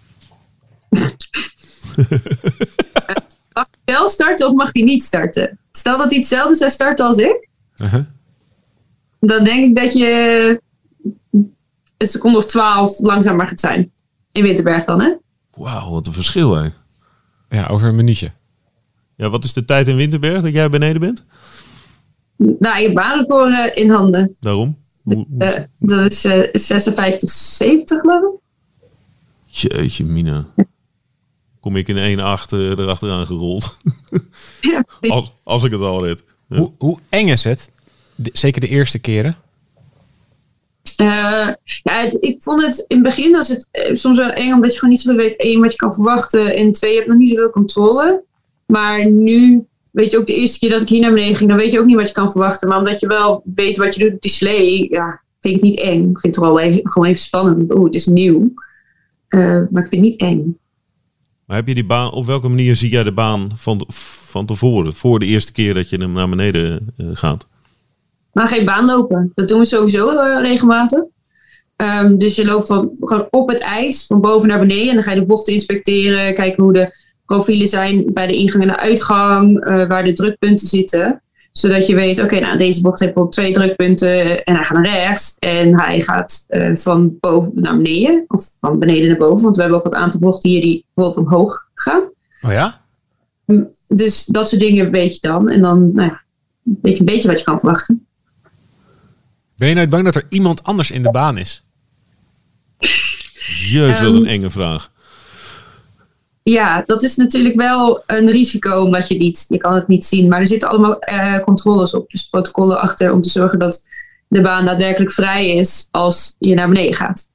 Mag hij wel starten of mag hij niet starten? Stel dat hij hetzelfde zou starten als ik. Uh-huh. Dan denk ik dat je een seconde of 12 langzamer gaat zijn. In Winterberg dan, hè? Wauw, wat een verschil, hè? Ja, over een minuutje. Ja, wat is de tijd in Winterberg dat jij beneden bent? Nou, je hebt baanrecord in handen. Daarom? Dat is 56, 70 geloof ik. Jeetje, Mina. Kom ik in 1,8 erachteraan gerold. Ja. Als ik het al red. Ja. Hoe eng is het? Zeker de eerste keren? Ik vond het in het begin soms wel eng, omdat je gewoon niet zoveel weet. 1, wat je kan verwachten. En 2, je hebt nog niet zoveel controle. Maar nu, weet je ook, de eerste keer dat ik hier naar beneden ging, dan weet je ook niet wat je kan verwachten. Maar omdat je wel weet wat je doet op die slee, ja, vind ik het niet eng. Ik vind het gewoon even spannend. Het is nieuw. Maar ik vind het niet eng. Maar heb je die baan, op welke manier zie jij de baan van tevoren? Voor de eerste keer dat je hem naar beneden gaat? Nou, geen baan lopen. Dat doen we sowieso regelmatig. Dus je loopt gewoon op het ijs, van boven naar beneden. En dan ga je de bochten inspecteren, kijken hoe de profielen zijn bij de ingang en de uitgang, waar de drukpunten zitten. Zodat je weet, oké, deze bocht heeft bijvoorbeeld 2 drukpunten en hij gaat naar rechts. En hij gaat van boven naar beneden, of van beneden naar boven. Want we hebben ook een aantal bochten hier die bijvoorbeeld omhoog gaan. Oh ja? Dus dat soort dingen weet je dan. En dan weet je een beetje wat je kan verwachten. Ben je nooit bang dat er iemand anders in de baan is? Jezus, wat een enge vraag. Ja, dat is natuurlijk wel een risico, omdat je kan het niet zien. Maar er zitten allemaal controles op, dus protocollen achter, om te zorgen dat de baan daadwerkelijk vrij is als je naar beneden gaat.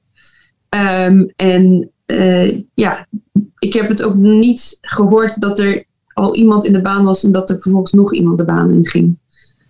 Ik heb het ook niet gehoord dat er al iemand in de baan was en dat er vervolgens nog iemand de baan in ging.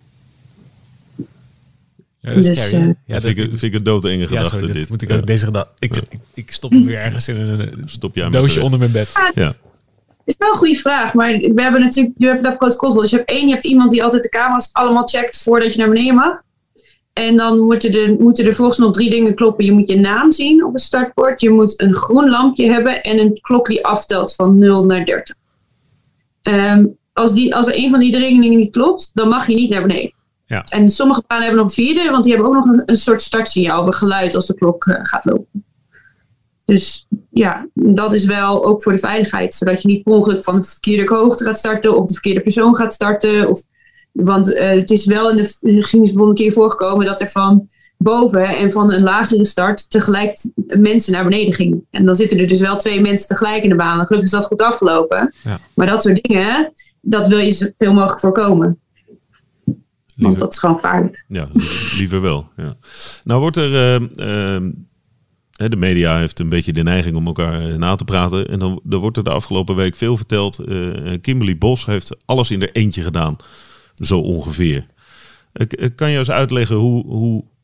Ja, dat is scary, dat vind ik een doodenge gedachte. Sorry, dit moet ik ook deze gedachte. Ik stop hem weer ergens in een doosje onder mijn bed. Ja. Is wel een goede vraag, maar we hebben natuurlijk, je hebt dat protocol. Dus je hebt iemand die altijd de camera's allemaal checkt voordat je naar beneden mag. En dan moeten er volgens nog 3 dingen kloppen. Je moet je naam zien op het startbord. Je moet een groen lampje hebben en een klok die aftelt van 0 naar 30. Als er een van die 3 dingen niet klopt, dan mag je niet naar beneden. Ja. En sommige banen hebben nog een 4e, want die hebben ook nog een soort startsignaal of een geluid als de klok gaat lopen. Dus ja, dat is wel ook voor de veiligheid, zodat je niet per ongeluk van de verkeerde hoogte gaat starten of de verkeerde persoon gaat starten. Want het is wel in de geschiedenis bijvoorbeeld een keer voorgekomen dat er van boven en van een lagere start tegelijk mensen naar beneden gingen. En dan zitten er dus wel 2 mensen tegelijk in de baan. Gelukkig is dat goed afgelopen. Ja. Maar dat soort dingen, dat wil je zoveel mogelijk voorkomen. Want dat is gewoon gevaarlijk. Ja, liever wel. Ja. Nou wordt er... de media heeft een beetje de neiging om elkaar na te praten. En dan wordt er de afgelopen week veel verteld. Kimberly Bos heeft alles in haar eentje gedaan. Zo ongeveer. Kan je eens uitleggen hoe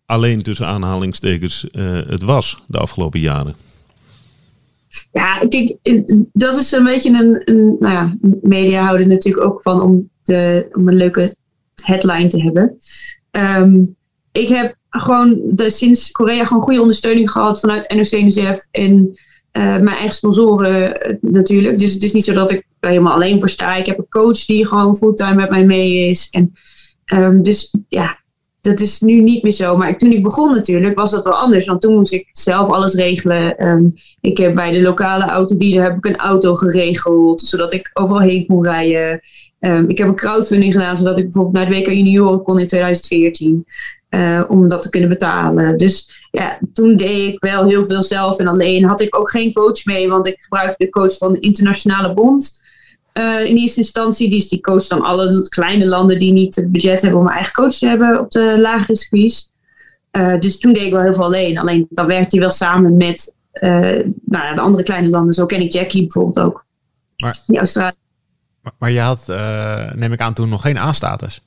alleen tussen aanhalingstekens het was de afgelopen jaren? Ja, kijk, dat is een beetje media houden natuurlijk ook van om een leuke headline te hebben. Ik heb gewoon sinds Korea gewoon goede ondersteuning gehad vanuit NOC-NSF en mijn eigen sponsoren natuurlijk. Dus het is niet zo dat ik er helemaal alleen voor sta. Ik heb een coach die gewoon fulltime met mij mee is. En dus ja, dat is nu niet meer zo. Maar toen ik begon natuurlijk was dat wel anders. Want toen moest ik zelf alles regelen. Ik heb bij de lokale autodealer heb ik een auto geregeld. Zodat ik overal heen kon rijden. Ik heb een crowdfunding gedaan. Zodat ik bijvoorbeeld naar het WK Junioren kon in 2014. Om dat te kunnen betalen. Dus ja, toen deed ik wel heel veel zelf en alleen. Had ik ook geen coach mee. Want ik gebruikte de coach van de Internationale Bond. In eerste instantie, die coacht dan alle kleine landen die niet het budget hebben om een eigen coach te hebben op de lagere circuits. Dus toen deed ik wel heel veel alleen. Alleen dan werkte hij wel samen met de andere kleine landen. Zo ken ik Jackie bijvoorbeeld ook. Maar, in Australië. Maar je had, neem ik aan, toen nog geen A-status.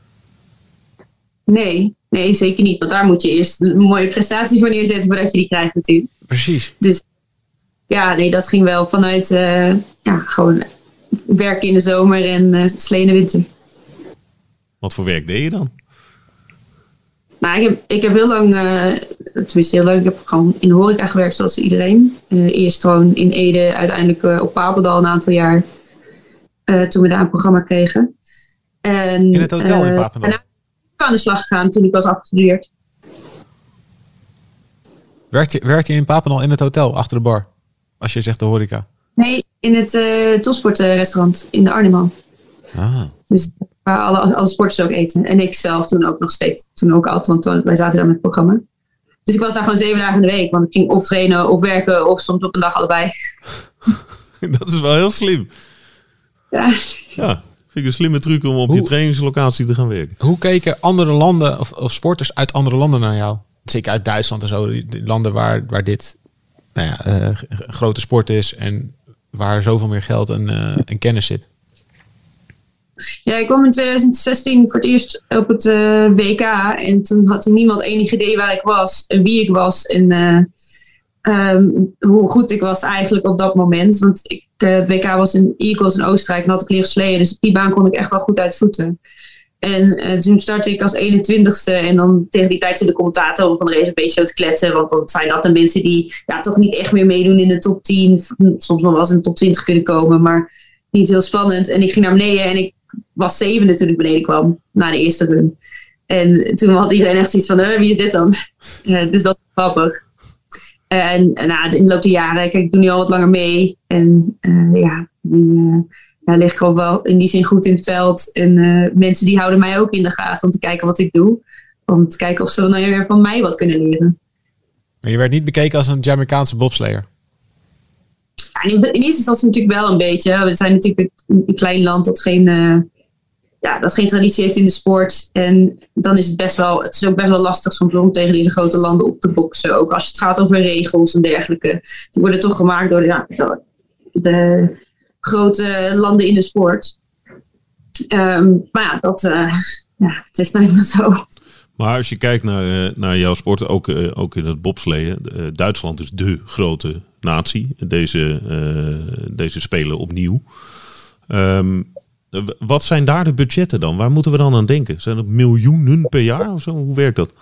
Nee, zeker niet. Want daar moet je eerst een mooie prestatie voor neerzetten voordat je die krijgt natuurlijk. Precies. Dus ja, nee, dat ging wel vanuit gewoon werken in de zomer en slee in de winter. Wat voor werk deed je dan? Nou, ik heb heel lang, ik heb gewoon in de horeca gewerkt zoals iedereen. Eerst gewoon in Ede, uiteindelijk op Papendal een aantal jaar. Toen we daar een programma kregen. En, in het hotel in Papendal? Daarna ben ik aan de slag gegaan toen ik was afgestudeerd. Werkt je in Papendal in het hotel, achter de bar? Als je zegt de horeca. Nee, in het topsportrestaurant in de Arnhem. Ah. Dus waar alle sporters ook eten. En ik zelf toen ook nog steeds. Toen ook altijd, want wij zaten daar met het programma. Dus ik was daar gewoon 7 dagen in de week. Want ik ging of trainen of werken of soms op een dag allebei. Dat is wel heel slim. Ja. Ja, vind ik een slimme truc om op je trainingslocatie te gaan werken. Hoe keken andere landen of sporters uit andere landen naar jou? Zeker uit Duitsland en zo. Die landen waar dit een grote sport is en waar zoveel meer geld en kennis zit. Ja, ik kwam in 2016 voor het eerst op het WK. En toen had niemand enig idee waar ik was en wie ik was. En hoe goed ik was eigenlijk op dat moment. Want het WK was in Eagles in Oostenrijk en had ik leren sleeën. Dus op die baan kon ik echt wel goed uit voeten. En toen startte ik als 21ste. En dan tegen die tijd zit de commentator van de race een beetje zo te kletsen. Want dan zijn dat de mensen die toch niet echt meer meedoen in de top 10. Soms nog wel eens in de top 20 kunnen komen. Maar niet heel spannend. En ik ging naar beneden en ik was 7e toen ik beneden kwam. Na de eerste run. En toen had iedereen echt zoiets van, wie is dit dan? Dus dat is grappig. En in de loop der jaren, kijk, ik doe nu al wat langer mee. En nu lig ik gewoon wel in die zin goed in het veld. En mensen die houden mij ook in de gaten om te kijken wat ik doe. Om te kijken of ze nou weer van mij wat kunnen leren. Maar je werd niet bekeken als een Jamaicaanse bobsleer? Ja, in eerste instantie natuurlijk wel een beetje. We zijn natuurlijk een klein land dat geen traditie heeft in de sport. En dan is het is ook best wel lastig soms om tegen deze grote landen op te boksen. Ook als het gaat over regels en dergelijke. Die worden toch gemaakt door de grote landen in de sport. Maar het is nou niet zo. Maar als je kijkt naar jouw sport, ook in het bobsleeën. Duitsland is dé grote natie. Deze spelen opnieuw. Wat zijn daar de budgetten dan? Waar moeten we dan aan denken? Zijn het miljoenen per jaar of zo? Hoe werkt dat?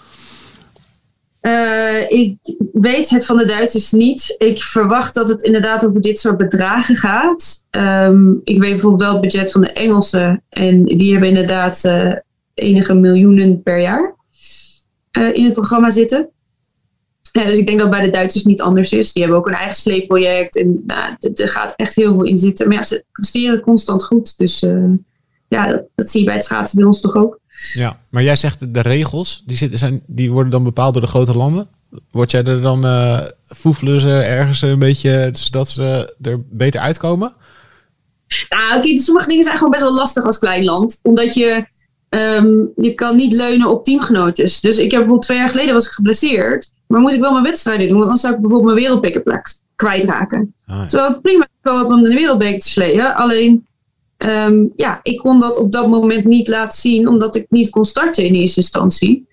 Ik weet het van de Duitsers niet. Ik verwacht dat het inderdaad over dit soort bedragen gaat. Ik weet bijvoorbeeld wel het budget van de Engelsen. En die hebben inderdaad enige miljoenen per jaar in het programma zitten. Dus ik denk dat bij de Duitsers niet anders is. Die hebben ook een eigen sleepproject. En er gaat echt heel veel in zitten. Maar ja, ze presteren constant goed. Dus dat zie je bij het schaatsen bij ons toch ook. Ja, maar jij zegt de regels, die worden dan bepaald door de grote landen. Word jij er dan, foefelen ze ergens een beetje, zodat ze er beter uitkomen? Nou, sommige dingen zijn gewoon best wel lastig als klein land. Omdat je kan niet leunen op teamgenootjes. Dus ik heb bijvoorbeeld 2 jaar geleden was ik geblesseerd. Maar moet ik wel mijn wedstrijden doen? Want anders zou ik bijvoorbeeld mijn wereldbekerplek kwijtraken. Ah, ja. Terwijl ik prima heb om de wereldbeker te sleeën. Alleen, ik kon dat op dat moment niet laten zien. Omdat ik niet kon starten in eerste instantie.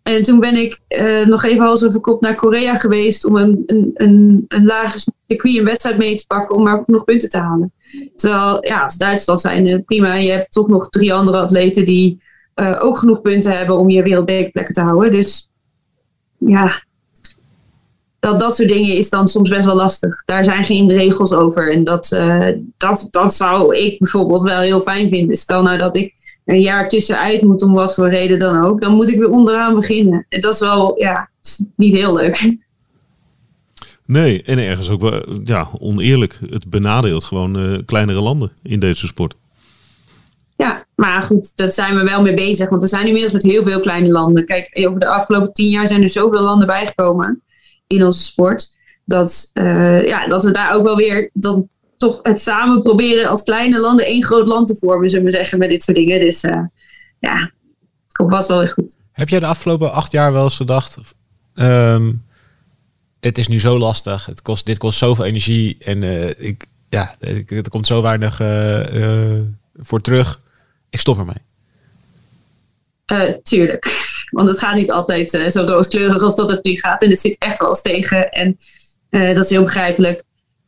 En toen ben ik nog even hals over kop naar Korea geweest om een lager circuit, een wedstrijd mee te pakken om maar nog punten te halen. Terwijl, ja, als Duitsland zijn prima. Je hebt toch nog 3 andere atleten die ook genoeg punten hebben om je wereldbekerplekken te houden. Dus ja, dat soort dingen is dan soms best wel lastig. Daar zijn geen regels over. En dat zou ik bijvoorbeeld wel heel fijn vinden. Stel nou dat ik een jaar tussenuit moet om wat voor reden dan ook. Dan moet ik weer onderaan beginnen. En dat is wel, ja, niet heel leuk. Nee, en ergens ook wel oneerlijk. Het benadeelt gewoon kleinere landen in deze sport. Ja, maar goed, daar zijn we wel mee bezig. Want we zijn inmiddels met heel veel kleine landen. Kijk, over de afgelopen 10 jaar zijn er zoveel landen bijgekomen in onze sport. Dat we daar ook wel weer dan toch het samen proberen als kleine landen 1 groot land te vormen, zullen we zeggen, met dit soort dingen. Dus komt vast wel weer goed. Heb jij de afgelopen 8 jaar wel eens gedacht, het is nu zo lastig, dit kost zoveel energie en er komt zo weinig voor terug. Ik stop ermee. Tuurlijk. Want het gaat niet altijd zo rooskleurig als dat het nu gaat. En het zit echt wel eens tegen. En dat is heel begrijpelijk.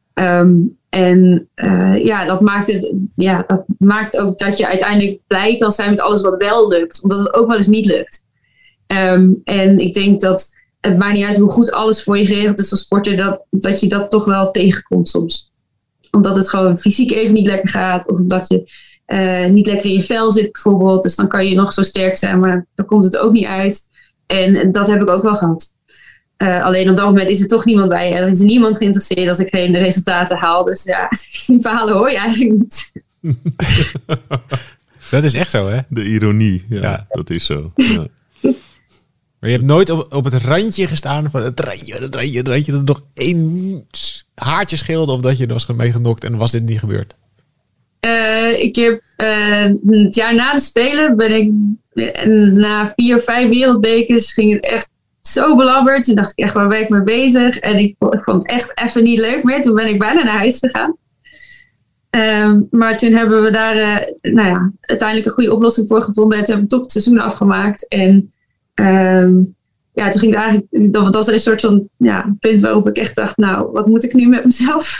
Dat maakt ook dat je uiteindelijk blij kan zijn met alles wat wel lukt. Omdat het ook wel eens niet lukt. En ik denk dat het maakt niet uit hoe goed alles voor je geregeld is als sporter. Dat je dat toch wel tegenkomt soms. Omdat het gewoon fysiek even niet lekker gaat. Of omdat je niet lekker in je vel zit bijvoorbeeld. Dus dan kan je nog zo sterk zijn, maar dan komt het ook niet uit. En dat heb ik ook wel gehad. Alleen op dat moment is er toch niemand bij. Er is niemand geïnteresseerd als ik geen resultaten haal. Dus ja, die verhalen hoor je eigenlijk niet. Dat is echt zo, hè? De ironie, ja. Dat is zo. Ja. Maar je hebt nooit op het randje gestaan van het randje, dat er nog 1 haartje scheelde of dat je er was meegenokt en was dit niet gebeurd? Ik heb het jaar na de Spelen ben ik na 4 of 5 wereldbekers ging het echt zo belabberd. Toen dacht ik echt, waar ben ik mee bezig? En ik vond het echt even niet leuk meer. Toen ben ik bijna naar huis gegaan. Maar toen hebben we daar uiteindelijk een goede oplossing voor gevonden. En toen hebben we toch het seizoen afgemaakt. En toen ging het eigenlijk, dat was een soort van punt waarop ik echt dacht, nou, wat moet ik nu met mezelf?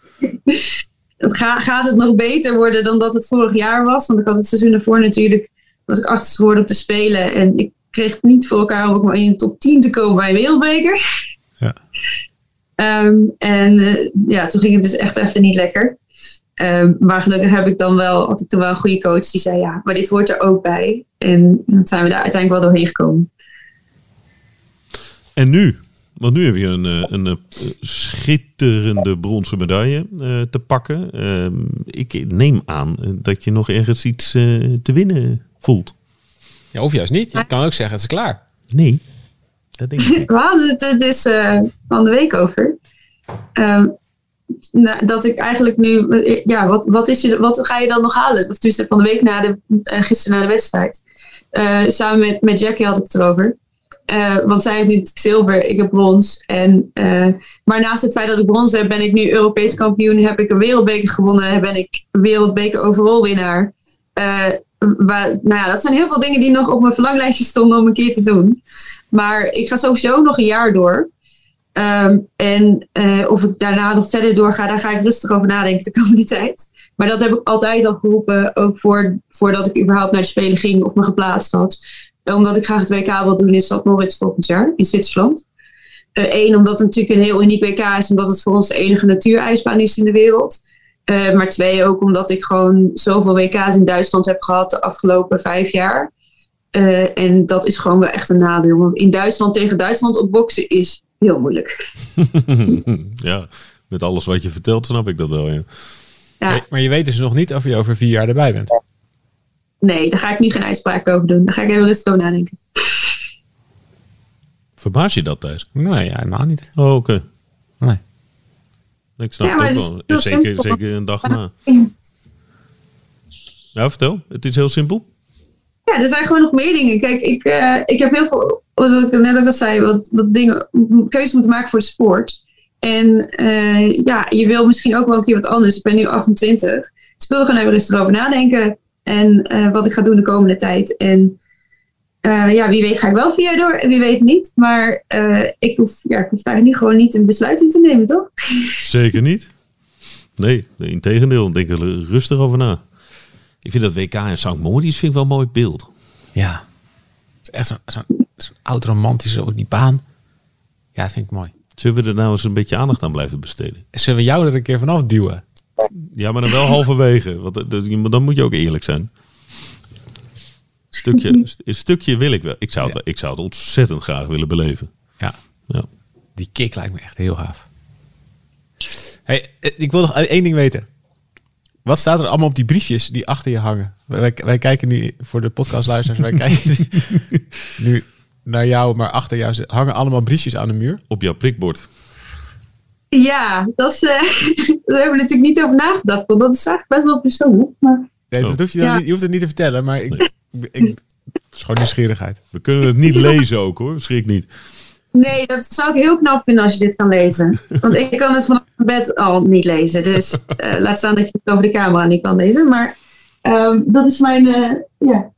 Gaat het nog beter worden dan dat het vorig jaar was? Want ik had het seizoen ervoor natuurlijk, was ik 8e geworden op de Spelen. En ik kreeg het niet voor elkaar om ook maar in de top 10 te komen bij een wereldbeker. Ja. Toen ging het dus echt even niet lekker. Maar gelukkig had ik dan wel een goede coach die zei, ja, maar dit hoort er ook bij. En dan zijn we daar uiteindelijk wel doorheen gekomen. En nu? Want nu heb je een schitterende bronzen medaille te pakken. Ik neem aan dat je nog ergens iets te winnen voelt. Ja, of juist niet. Je kan ook zeggen, het is klaar. Nee, dat denk ik niet. We hadden het dus van de week over. Dat ik eigenlijk nu... wat ga je dan nog halen? Of tussen van de week gisteren na de wedstrijd. Samen met Jackie had ik het erover. Want zij heeft nu zilver, ik heb brons. Maar naast het feit dat ik brons heb, ben ik nu Europees kampioen. Heb ik een wereldbeker gewonnen. Ben ik wereldbeker overall winnaar. Dat zijn heel veel dingen die nog op mijn verlanglijstje stonden om een keer te doen. Maar ik ga sowieso nog een jaar door. Of ik daarna nog verder doorga, daar ga ik rustig over nadenken de komende tijd. Maar dat heb ik altijd al geroepen, ook voordat ik überhaupt naar de Spelen ging of me geplaatst had. Omdat ik graag het WK wil doen in Stad Moritz volgend jaar in Zwitserland. Omdat het natuurlijk een heel uniek WK is, omdat het voor ons de enige natuurijsbaan is in de wereld. Maar 2 ook omdat ik gewoon zoveel WK's in Duitsland heb gehad de afgelopen 5 jaar. En dat is gewoon wel echt een nadeel. Want in Duitsland tegen Duitsland op boksen is heel moeilijk. Ja, met alles wat je vertelt snap ik dat wel, ja. Ja. Maar je weet dus nog niet of je over 4 jaar erbij bent. Nee, daar ga ik nu geen uitspraak over doen. Daar ga ik even rustig over nadenken. Verbaas je dat, Thijs? Nee, ja, helemaal niet. Oh, oké. Nee. Ik snap het ook wel. Zeker een dag na. Ja, vertel. Het is heel simpel. Ja, er zijn gewoon nog meer dingen. Kijk, ik heb heel veel, zoals ik net ook al zei, wat dingen, keuzes moeten maken voor de sport. En je wil misschien ook wel een keer wat anders. Ik ben nu 28. Dus ik wil er gewoon even rustig over nadenken. En wat ik ga doen de komende tijd. En wie weet ga ik wel 4 jaar door en wie weet niet. Maar ik hoef daar nu gewoon niet een besluit in te nemen, toch? Zeker niet. Nee, integendeel. Denk er rustig over na. Ik vind dat WK in St. Moritz vind ik wel een mooi beeld. Ja. Het is echt zo'n oud romantische, ook die baan. Ja, dat vind ik mooi. Zullen we er nou eens een beetje aandacht aan blijven besteden? Zullen we jou er een keer vanaf duwen? Ja, maar dan wel halverwege. Want dan moet je ook eerlijk zijn. Een stukje wil ik wel. Ik zou het ontzettend graag willen beleven. Ja. Ja. Die kick lijkt me echt heel gaaf. Hey, ik wil nog 1 ding weten. Wat staat er allemaal op die briefjes die achter je hangen? Wij kijken nu, voor de podcastluisteraars, wij kijken nu naar jou, maar achter jou hangen allemaal briefjes aan de muur. Op jouw prikbord. Ja, daar hebben we natuurlijk niet over nagedacht. Want dat is eigenlijk best wel persoonlijk. Maar... Nee, dat hoef je, je hoeft het niet te vertellen, maar het is gewoon nieuwsgierigheid. We kunnen het niet lezen ook hoor, schrik niet. Nee, dat zou ik heel knap vinden als je dit kan lezen. Want ik kan het vanaf mijn bed al niet lezen. Dus laat staan dat je het over de camera niet kan lezen. Maar dat is mijn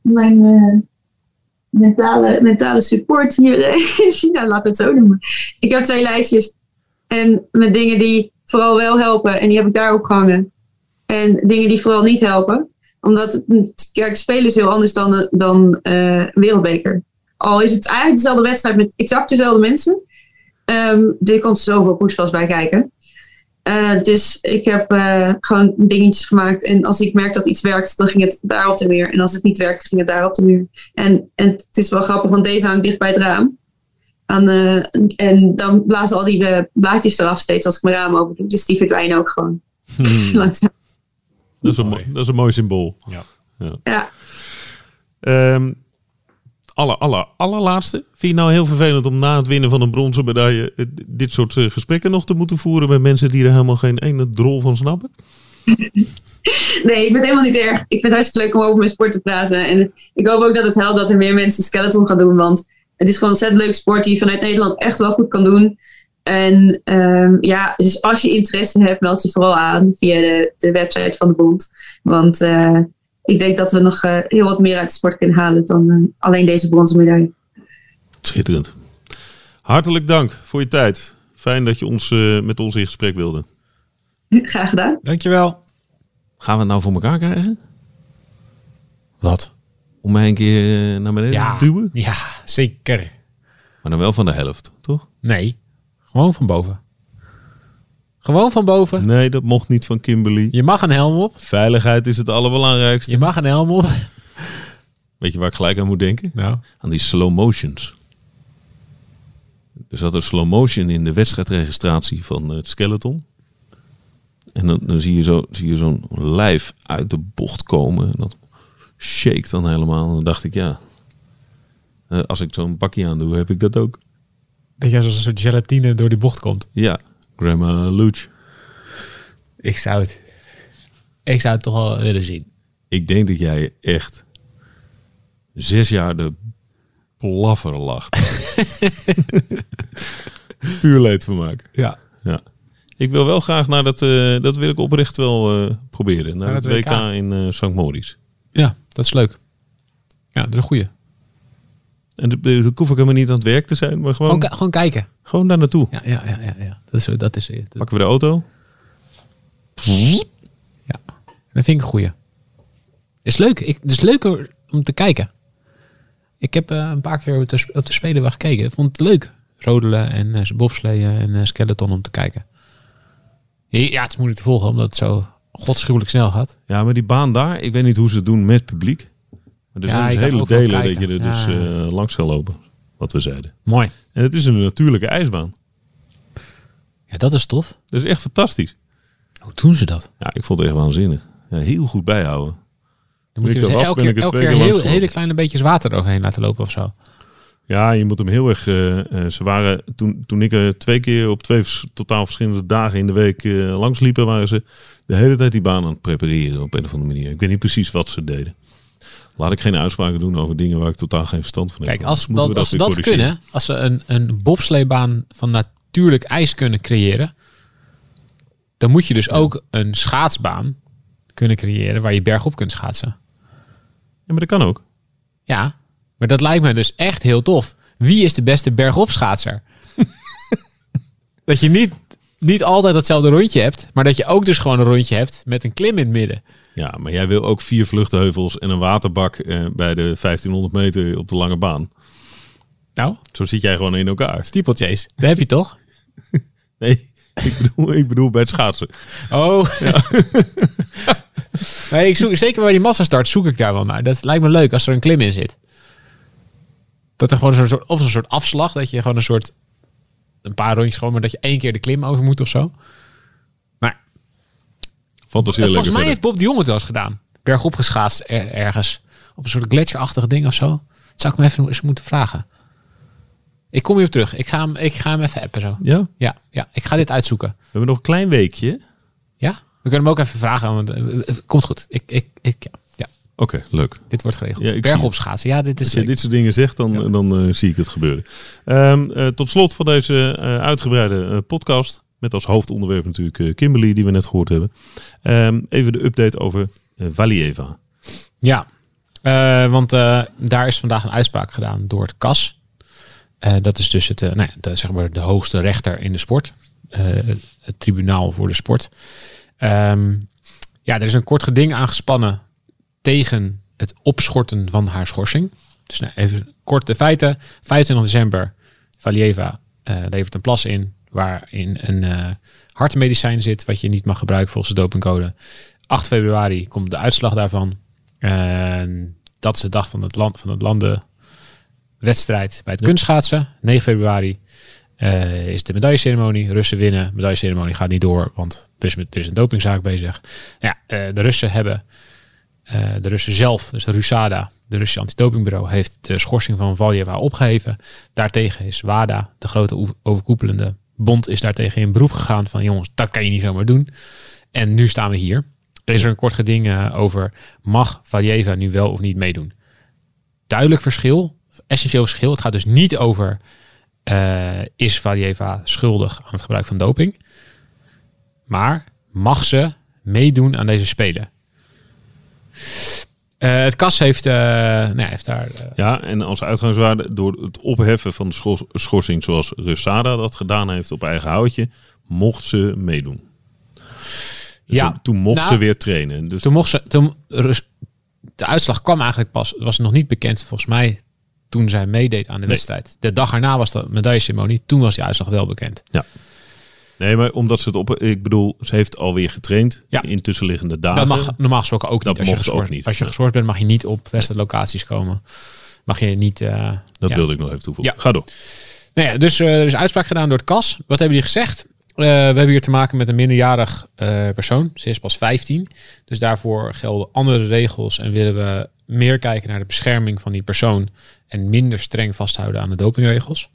mentale support hier in China, laat het zo noemen. Ik heb 2 lijstjes. En met dingen die vooral wel helpen. En die heb ik daar opgehangen. En dingen die vooral niet helpen. Omdat het spelen is heel anders dan Wereldbeker. Al is het eigenlijk dezelfde wedstrijd met exact dezelfde mensen. Er komt zoveel poespas bij kijken. Dus ik heb gewoon dingetjes gemaakt. En als ik merk dat iets werkt, dan ging het daar op de muur. En als het niet werkt, ging het daar op de muur. En het is wel grappig, want deze hangt dicht bij het raam. En dan blazen al die blaadjes eraf steeds als ik mijn raam open doe. Dus die verdwijnen ook gewoon. Langzaam. Dat is een mooi symbool. Ja. Allerlaatste. Vind je nou heel vervelend om na het winnen van een bronzen medaille dit soort gesprekken nog te moeten voeren met mensen die er helemaal geen ene drol van snappen? Nee, ik vind het helemaal niet erg. Ik vind het hartstikke leuk om over mijn sport te praten. En ik hoop ook dat het helpt dat er meer mensen skeleton gaan doen. Want het is gewoon een ontzettend leuke sport die je vanuit Nederland echt wel goed kan doen. En dus als je interesse hebt, meld je vooral aan via de website van de bond. Want ik denk dat we nog heel wat meer uit de sport kunnen halen dan alleen deze bronzen medaille. Schitterend. Hartelijk dank voor je tijd. Fijn dat je met ons in gesprek wilde. Graag gedaan. Dankjewel. Gaan we het nou voor elkaar krijgen? Wat? Om mij een keer naar beneden te duwen? Ja, zeker. Maar dan wel van de helft, toch? Nee, gewoon van boven. Gewoon van boven. Nee, dat mocht niet van Kimberly. Je mag een helm op. Veiligheid is het allerbelangrijkste. Je mag een helm op. Weet je waar ik gelijk aan moet denken? Nou. Aan die slow motions. Er zat een slow motion in de wedstrijdregistratie van het skeleton. En dan zie je zo'n lijf uit de bocht komen. En dat shake dan helemaal. En dan dacht ik, als ik zo'n bakje aan doe, heb ik dat ook. Dat jij zoals een soort gelatine door die bocht komt. Ja, Grandma Luch. Ik zou het toch wel willen zien. Ik denk dat jij echt 6 jaar de blaffer lacht. Puur leedvermaak. Ja. Ik wil wel graag naar dat wil ik oprecht wel proberen. Naar het WK in St. Moritz. Ja, dat is leuk. Ja, dat is een goeie. En dan hoef ik helemaal niet aan het werk te zijn, maar gewoon kijken. Gewoon daar naartoe. Ja. Dat is Pakken we de auto. Ja, dat vind ik een goeie. Is leuk. Het is leuker om te kijken. Ik heb een paar keer op de Spelen wel gekeken. Ik vond het leuk. Rodelen en bobsleeën en skeleton om te kijken. Ja, het is moeilijk te volgen omdat het zo godschuwelijk snel gaat. Ja, maar die baan daar, ik weet niet hoe ze het doen met publiek. Maar er zijn dus hele delen dat je er langs gaat lopen. Wat we zeiden. Mooi. En het is een natuurlijke ijsbaan. Ja, dat is tof. Dat is echt fantastisch. Hoe doen ze dat? Ja, ik vond het echt waanzinnig. Ja, heel goed bijhouden. Dan moet je dus elke keer hele kleine beetjes water eroverheen laten lopen of zo. Ja, je moet hem heel erg... ze waren, toen ik er 2 keer op 2 totaal verschillende dagen in de week langs liepen, waren ze de hele tijd die baan aan het prepareren op een of andere manier. Ik weet niet precies wat ze deden. Laat ik geen uitspraken doen over dingen waar ik totaal geen verstand van heb. Kijk, als ze dat kunnen, als ze een bobsleebaan van natuurlijk ijs kunnen creëren, dan moet je dus ook een schaatsbaan kunnen creëren waar je bergop kunt schaatsen. Ja, maar dat kan ook. Ja, Maar dat lijkt me dus echt heel tof. Wie is de beste bergopschaatser? Dat je niet altijd datzelfde rondje hebt, maar dat je ook dus gewoon een rondje hebt met een klim in het midden. Ja, maar jij wil ook 4 vluchtheuvels en een waterbak bij de 1500 meter op de lange baan. Nou, Zo zit jij gewoon in elkaar. steeplechase. Dat heb je toch? Nee, ik bedoel bij het schaatsen. Oh. Ja. Nee, ik zoek, zeker bij die massastart zoek ik daar wel naar. Dat lijkt me leuk als er een klim in zit. Dat er gewoon een soort afslag, dat je gewoon een paar rondjes gewoon, maar dat je 1 keer de klim over moet of zo. Maar volgens mij heeft Bob de Jong het wel eens gedaan. Bergop geschaatst ergens. Op een soort gletsjerachtig ding of zo. Dat zou ik me even eens moeten vragen. Ik kom hier op terug. Ik ga hem even appen zo. Ja? Ja, ik ga dit uitzoeken. We hebben nog een klein weekje. Ja? We kunnen hem ook even vragen. Want, komt goed. Ja. Oké, leuk. Dit wordt geregeld. Ja, Bergop schaatsen. Ja, dit is Als je dit soort dingen zegt, dan zie ik het gebeuren. Tot slot van deze uitgebreide podcast. Met als hoofdonderwerp natuurlijk Kimberly, die we net gehoord hebben. Even de update over Valieva. Ja, want daar is vandaag een uitspraak gedaan door het CAS. Dat is dus zeg maar de hoogste rechter in de sport. Het tribunaal voor de sport. Er is een kort geding aangespannen tegen het opschorten van haar schorsing. Dus even kort de feiten. 25 december, Valieva levert een plas in waarin een hartmedicijn zit wat je niet mag gebruiken volgens de dopingcode. 8 februari komt de uitslag daarvan. Dat is de dag van het landenwedstrijd bij het kunstschaatsen. 9 februari is de medailleceremonie. Russen winnen. Medailleceremonie gaat niet door, want er is een dopingzaak bezig. De Russen hebben... de Russen zelf, dus de RUSADA, de Russische antidopingbureau, heeft de schorsing van Valieva opgeheven. Daartegen is WADA, de grote overkoepelende bond, is daartegen in beroep gegaan van jongens, dat kan je niet zomaar doen. En nu staan we hier. Er is er een kort geding over, mag Valieva nu wel of niet meedoen? Duidelijk verschil, essentieel verschil. Het gaat dus niet over, is Valieva schuldig aan het gebruik van doping? Maar mag ze meedoen aan deze Spelen? Het CAS heeft daar... Ja, en als uitgangswaarde door het opheffen van de schorsing zoals RUSADA dat gedaan heeft op eigen houtje, mocht ze meedoen. Dus toen mocht ze weer trainen. Dus de uitslag kwam eigenlijk pas, was nog niet bekend volgens mij toen zij meedeed aan de wedstrijd. De dag erna was de medailleceremonie, toen was die uitslag wel bekend. Ja. Nee, maar omdat ze ze heeft alweer getraind in tussenliggende dagen. Dat mag normaal gesproken ook niet. Als je geschorst bent, mag je niet op wedstrijdlocaties komen. Mag je niet... dat wilde ik nog even toevoegen. Ja. Ga door. Dus er is uitspraak gedaan door het CAS. Wat hebben die gezegd? We hebben hier te maken met een minderjarig persoon. Ze is pas 15. Dus daarvoor gelden andere regels en willen we meer kijken naar de bescherming van die persoon en minder streng vasthouden aan de dopingregels.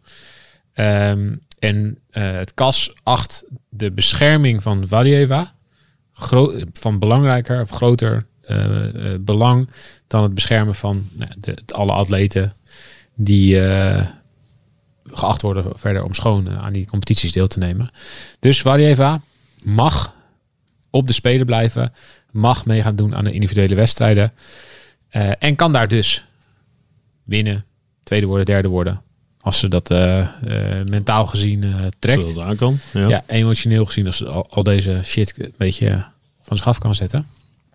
En het CAS acht de bescherming van Valieva van belangrijker of groter belang dan het beschermen van alle atleten die geacht worden verder om schoon aan die competities deel te nemen. Dus Valieva mag op de Spelen blijven, mag mee gaan doen aan de individuele wedstrijden en kan daar dus winnen, tweede worden, derde worden. Als ze dat mentaal gezien trekt. Zodat het aan kan. Ja, emotioneel gezien als ze al deze shit een beetje van zich af kan zetten.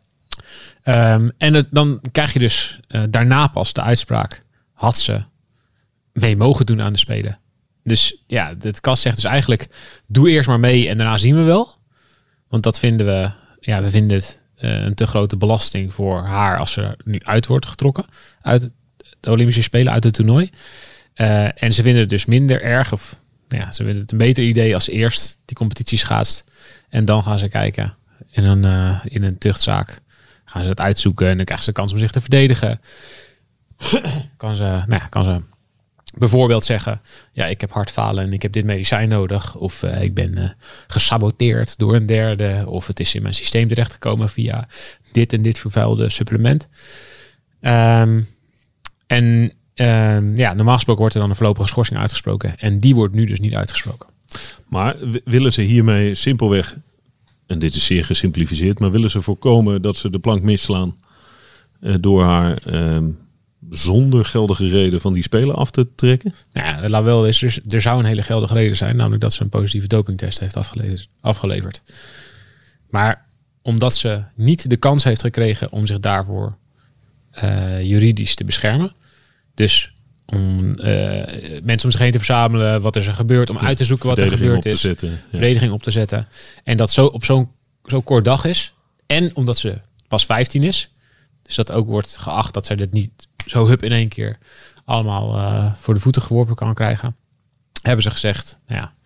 Dan krijg je dus daarna pas de uitspraak. Had ze mee mogen doen aan de Spelen. Dus ja, het CAS zegt dus eigenlijk, doe eerst maar mee en daarna zien we wel. Want dat vinden we, we vinden het een te grote belasting voor haar als ze nu uit wordt getrokken. Uit de Olympische Spelen, uit het toernooi. En ze vinden het dus minder erg, of ze vinden het een beter idee als eerst die competitie schaatst. En dan gaan ze kijken. En dan in een tuchtzaak gaan ze het uitzoeken. En dan krijgen ze de kans om zich te verdedigen. kan ze bijvoorbeeld zeggen, ik heb hartfalen en ik heb dit medicijn nodig. Of ik ben gesaboteerd door een derde. Of het is in mijn systeem terechtgekomen via dit en dit vervuilde supplement. Normaal gesproken wordt er dan een voorlopige schorsing uitgesproken. En die wordt nu dus niet uitgesproken. Maar willen ze hiermee simpelweg, en dit is zeer gesimplificeerd, maar willen ze voorkomen dat ze de plank misslaan door haar zonder geldige reden van die Spelen af te trekken? Nou ja, laat wel eens, er zou een hele geldige reden zijn, namelijk dat ze een positieve dopingtest heeft afgeleverd. Maar omdat ze niet de kans heeft gekregen om zich daarvoor juridisch te beschermen, dus om mensen om zich heen te verzamelen, wat er gebeurt, om uit te zoeken wat er gebeurd is, verdediging op te zetten, en dat zo op zo'n kort dag is, en omdat ze pas 15 is, dus dat ook wordt geacht dat zij dit niet zo hup in één keer allemaal voor de voeten geworpen kan krijgen, hebben ze gezegd, nou ja,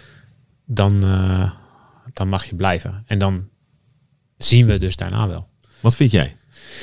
dan mag je blijven. En dan zien we dus daarna wel. Wat vind jij?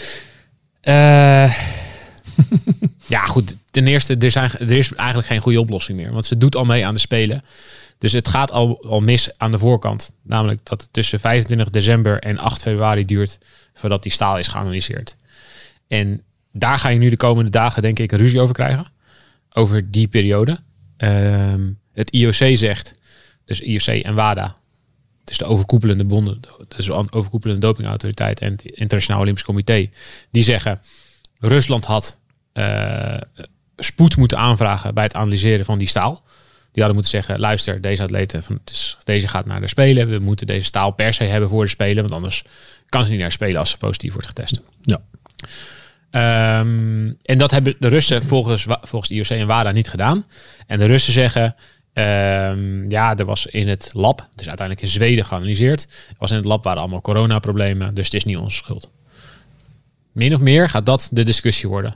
Ja, goed. Ten eerste, er is eigenlijk geen goede oplossing meer. Want ze doet al mee aan de Spelen. Dus het gaat al mis aan de voorkant. Namelijk dat het tussen 25 december en 8 februari duurt voordat die staal is geanalyseerd. En daar ga je nu de komende dagen, denk ik, ruzie over krijgen. Over die periode. Het IOC zegt, dus IOC en WADA, dus de overkoepelende bonden, dus de overkoepelende dopingautoriteit en het Internationaal Olympisch Comité, die zeggen, Rusland had spoed moeten aanvragen bij het analyseren van die staal. Die hadden moeten zeggen, luister, deze atleten, deze gaat naar de Spelen. We moeten deze staal per se hebben voor de Spelen, want anders kan ze niet naar de Spelen als ze positief wordt getest. Ja. En dat hebben de Russen volgens de IOC en WADA niet gedaan. En de Russen zeggen, er was in het lab, dus uiteindelijk in Zweden geanalyseerd, was in het lab waren allemaal coronaproblemen, dus het is niet onze schuld. Min of meer gaat dat de discussie worden.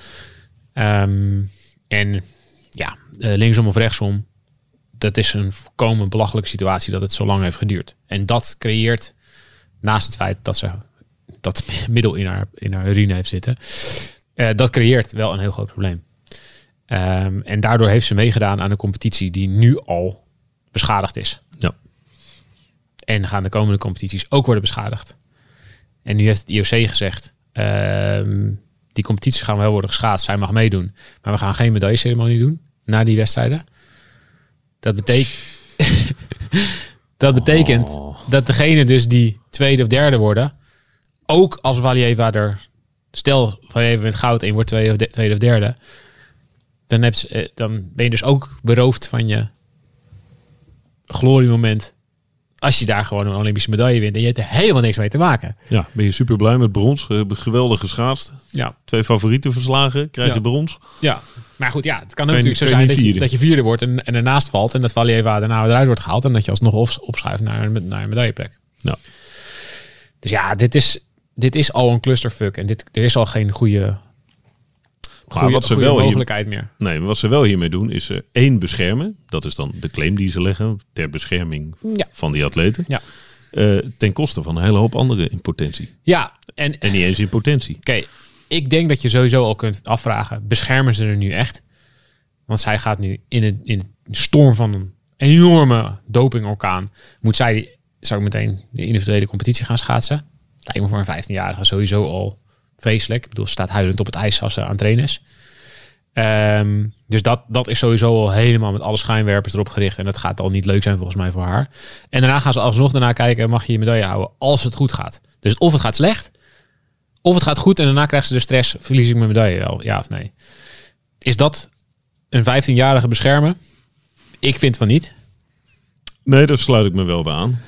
Linksom of rechtsom, dat is een volkomen belachelijke situatie dat het zo lang heeft geduurd. En dat creëert, naast het feit dat ze dat middel in haar urine heeft zitten, dat creëert wel een heel groot probleem. En daardoor heeft ze meegedaan aan een competitie die nu al beschadigd is. Ja. En gaan de komende competities ook worden beschadigd. En nu heeft het IOC gezegd, die competities gaan wel worden geschaatst. Zij mag meedoen. Maar we gaan geen medailleceremonie doen na die wedstrijden. Dat betekent dat degene dus die tweede of derde worden, ook als Valieva stel Valieva wint goud en je wordt tweede of derde, dan ben je dus ook beroofd van je gloriemoment als je daar gewoon een Olympische medaille wint en je hebt er helemaal niks mee te maken. Ja, ben je super blij met brons. We hebben geweldig geschaatst. Ja. 2 favorieten verslagen, krijg je brons. Ja, maar goed, ja, het kan ook natuurlijk zo zijn dat je vierde wordt en ernaast valt en dat Valieva daarna eruit wordt gehaald en dat je alsnog opschuift naar een medailleplek. Ja. Dus ja, dit is al een clusterfuck en er is al geen goede mogelijkheid meer. Nee, wat ze wel hiermee doen is 1 beschermen. Dat is dan de claim die ze leggen ter bescherming van die atleten. Ja. Ten koste van een hele hoop andere in potentie. Ja. En niet eens in potentie. Oké, ik denk dat je sowieso al kunt afvragen, beschermen ze er nu echt? Want zij gaat nu in een storm van een enorme dopingorkaan. Zou ik meteen de individuele competitie gaan schaatsen? Lijkt me voor een 15-jarige sowieso al vreselijk. Ik bedoel, ze staat huilend op het ijs als ze aan het trainen is. Dus dat is sowieso al helemaal met alle schijnwerpers erop gericht. En dat gaat al niet leuk zijn volgens mij voor haar. En daarna gaan ze alsnog daarna kijken, mag je je medaille houden als het goed gaat. Dus of het gaat slecht, of het gaat goed en daarna krijgt ze de stress, verlies ik mijn medaille wel, ja of nee. Is dat een 15-jarige beschermen? Ik vind van niet. Nee, daar sluit ik me wel bij aan.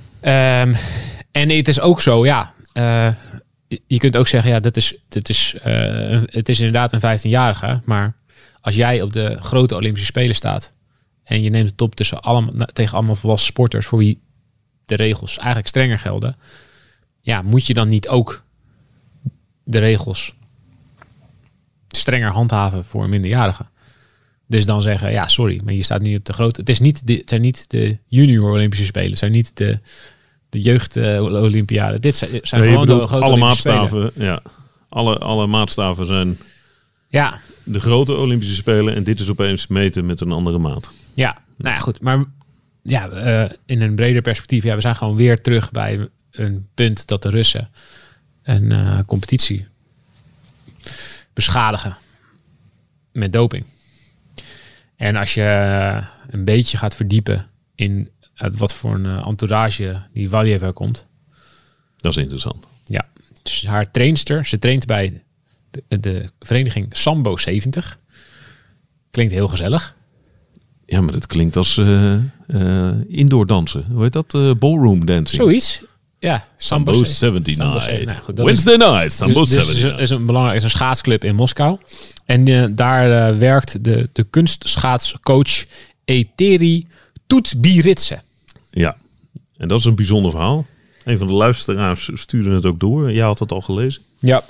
En het is ook zo, je kunt ook zeggen, ja, het is inderdaad een 15-jarige, maar als jij op de grote Olympische Spelen staat en je neemt het op tegen allemaal volwassen sporters voor wie de regels eigenlijk strenger gelden, ja, moet je dan niet ook de regels strenger handhaven voor een minderjarige? Dus dan zeggen, ja, sorry, maar je staat nu op de grote. Het zijn niet de junior Olympische Spelen, het zijn niet de jeugd Olympiade. Dit zijn gewoon de grote alle maatstaven. Ja, alle maatstaven zijn de grote Olympische Spelen en dit is opeens meten met een andere maat. Ja, nou ja, goed. Maar in een breder perspectief, we zijn gewoon weer terug bij een punt dat de Russen een competitie beschadigen met doping. En als je een beetje gaat verdiepen in wat voor een entourage die Valieva komt. Dat is interessant. Ja, dus haar trainster, ze traint bij de vereniging Sambo 70. Klinkt heel gezellig. Ja, maar dat klinkt als indoor dansen. Hoe heet dat? Ballroom dancing. Zoiets. Ja, Sambo 70 Sambo night. 70. Nou, goed, dat Wednesday night. Sambo 70 is een schaatsclub in Moskou. En daar werkt de kunstschaatscoach Eteri Tutbiridze. Ja, en dat is een bijzonder verhaal. Een van de luisteraars stuurde het ook door. Jij had het al gelezen. Ja.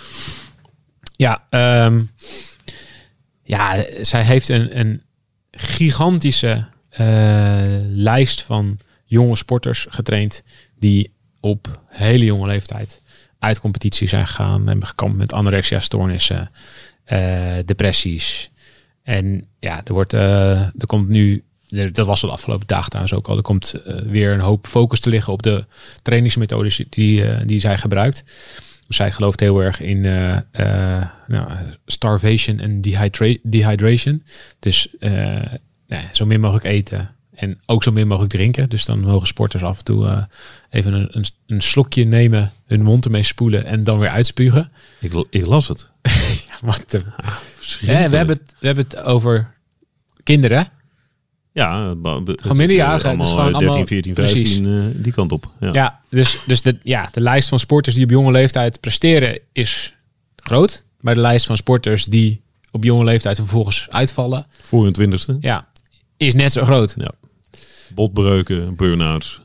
Ja, zij heeft een gigantische lijst van jonge sporters getraind die op hele jonge leeftijd uit competitie zijn gegaan, hebben gekampt met anorexia-stoornissen, depressies. En ja, er komt nu, dat was de afgelopen dagen trouwens ook al, er komt weer een hoop focus te liggen op de trainingsmethodes die zij gebruikt. Zij gelooft heel erg in starvation en dehydration. Dus zo min mogelijk eten en ook zo min mogelijk drinken. Dus dan mogen sporters af en toe even een slokje nemen, hun mond ermee spoelen en dan weer uitspugen. Ik las het. We hebben het over kinderen. Ja, gewoon minderjarigen. Dus gewoon 13, 14, 15, die kant op. Ja, dus de lijst van sporters die op jonge leeftijd presteren is groot. Maar de lijst van sporters die op jonge leeftijd vervolgens uitvallen, voor hun 20ste. Ja, is net zo groot. Ja. Botbreuken, burn-outs.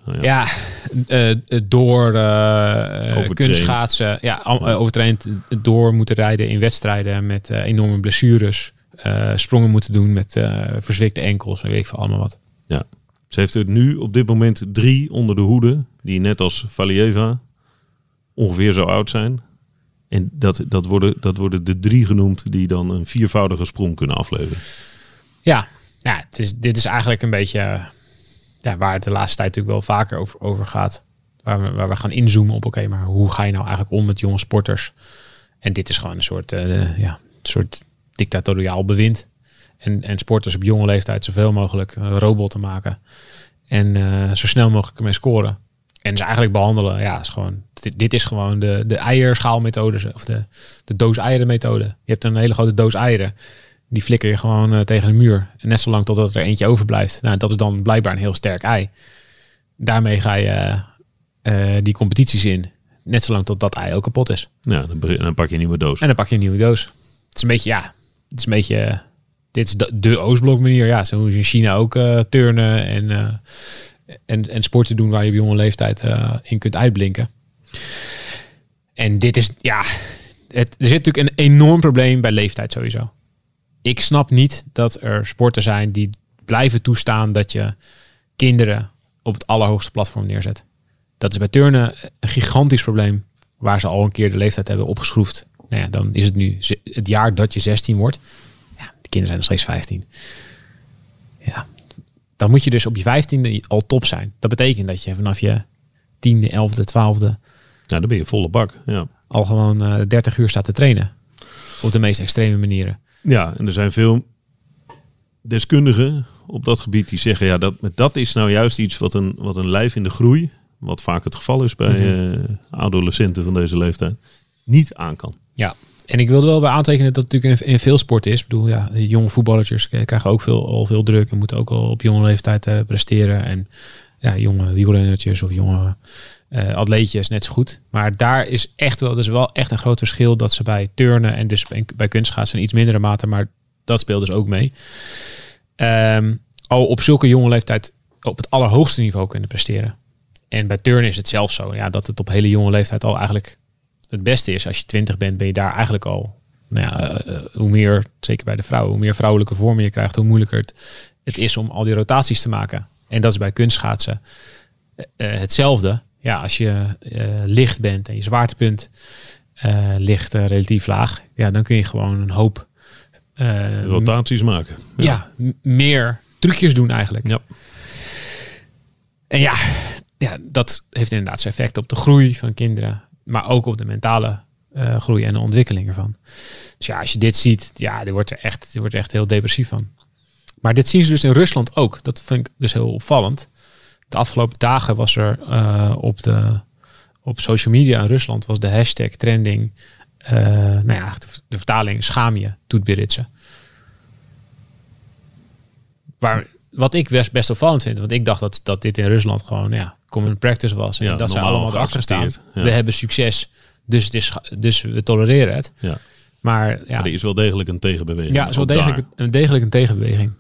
Door kunstschaatsen. Ja, overtraind door moeten rijden in wedstrijden met enorme blessures. Sprongen moeten doen met verzwikte enkels en weet ik veel allemaal wat. Ja, ze heeft er nu op dit moment 3 onder de hoede, die net als Valieva ongeveer zo oud zijn. En dat worden de 3 genoemd die dan een 4voudige sprong kunnen afleveren. Ja, dit is eigenlijk een beetje waar het de laatste tijd natuurlijk wel vaker over gaat. Waar we gaan inzoomen op, oké, maar hoe ga je nou eigenlijk om met jonge sporters? En dit is gewoon een soort dictatoriaal bewind. En sporters op jonge leeftijd zoveel mogelijk robot te maken. En zo snel mogelijk ermee scoren. En ze eigenlijk behandelen, is gewoon, dit is gewoon de eierschaalmethode of de doos eieren methode. Je hebt een hele grote doos eieren. Die flikker je gewoon tegen de muur. En net zolang totdat er eentje overblijft. Nou, dat is dan blijkbaar een heel sterk ei. Daarmee ga je die competities in. Net zolang tot dat ei ook kapot is. Ja, dan pak je een nieuwe doos. En dan pak je een nieuwe doos. Het is een beetje, dit is de Oostblok manier. Ja, zo is in China ook turnen en sporten doen waar je op jonge leeftijd in kunt uitblinken. En dit is, er zit natuurlijk een enorm probleem bij leeftijd sowieso. Ik snap niet dat er sporten zijn die blijven toestaan dat je kinderen op het allerhoogste platform neerzet. Dat is bij turnen een gigantisch probleem waar ze al een keer de leeftijd hebben opgeschroefd. Nou ja, dan is het nu het jaar dat je 16 wordt. Ja, de kinderen zijn nog steeds 15. Ja, dan moet je dus op je 15e al top zijn. Dat betekent dat je vanaf je 10e, 11e, 12e... Ja, dan ben je volle bak. Ja. Al gewoon 30 uur staat te trainen. Op de meest extreme manieren. Ja, en er zijn veel deskundigen op dat gebied die zeggen... dat is nou juist iets wat een lijf in de groei... wat vaak het geval is bij adolescenten van deze leeftijd... niet aan kan. Ja. En ik wilde wel bij aantekenen dat het natuurlijk in veel sporten is. Ik bedoel, jonge voetballertjes krijgen ook al veel druk... en moeten ook al op jonge leeftijd presteren. En jonge wielrennertjes of jonge atleetjes net zo goed. Maar daar is wel echt een groot verschil... dat ze bij turnen en dus bij kunstschaatsen in iets mindere mate... maar dat speelt dus ook mee. Al op zulke jonge leeftijd op het allerhoogste niveau kunnen presteren. En bij turnen is het zelfs zo... dat het op hele jonge leeftijd al eigenlijk... het beste is, als je 20 bent, ben je daar eigenlijk al... hoe meer, zeker bij de vrouwen, hoe meer vrouwelijke vormen je krijgt... hoe moeilijker het is om al die rotaties te maken. En dat is bij kunstschaatsen hetzelfde. Ja, als je licht bent en je zwaartepunt ligt relatief laag... dan kun je gewoon een hoop... rotaties maken. Ja, meer trucjes doen eigenlijk. Ja. En dat heeft inderdaad zijn effect op de groei van kinderen... maar ook op de mentale groei en de ontwikkeling ervan. Dus als je dit ziet, er wordt echt heel depressief van. Maar dit zien ze dus in Rusland ook. Dat vind ik dus heel opvallend. De afgelopen dagen was er op social media in Rusland... was de hashtag trending de vertaling schaam je, Toetbiritse. Wat ik best opvallend vind, want ik dacht dat dit in Rusland gewoon common practice was. En dat ze allemaal erachter staan. Ja. We hebben succes, dus we tolereren het. Ja. Maar er is wel degelijk een tegenbeweging. Ja, is wel degelijk een tegenbeweging.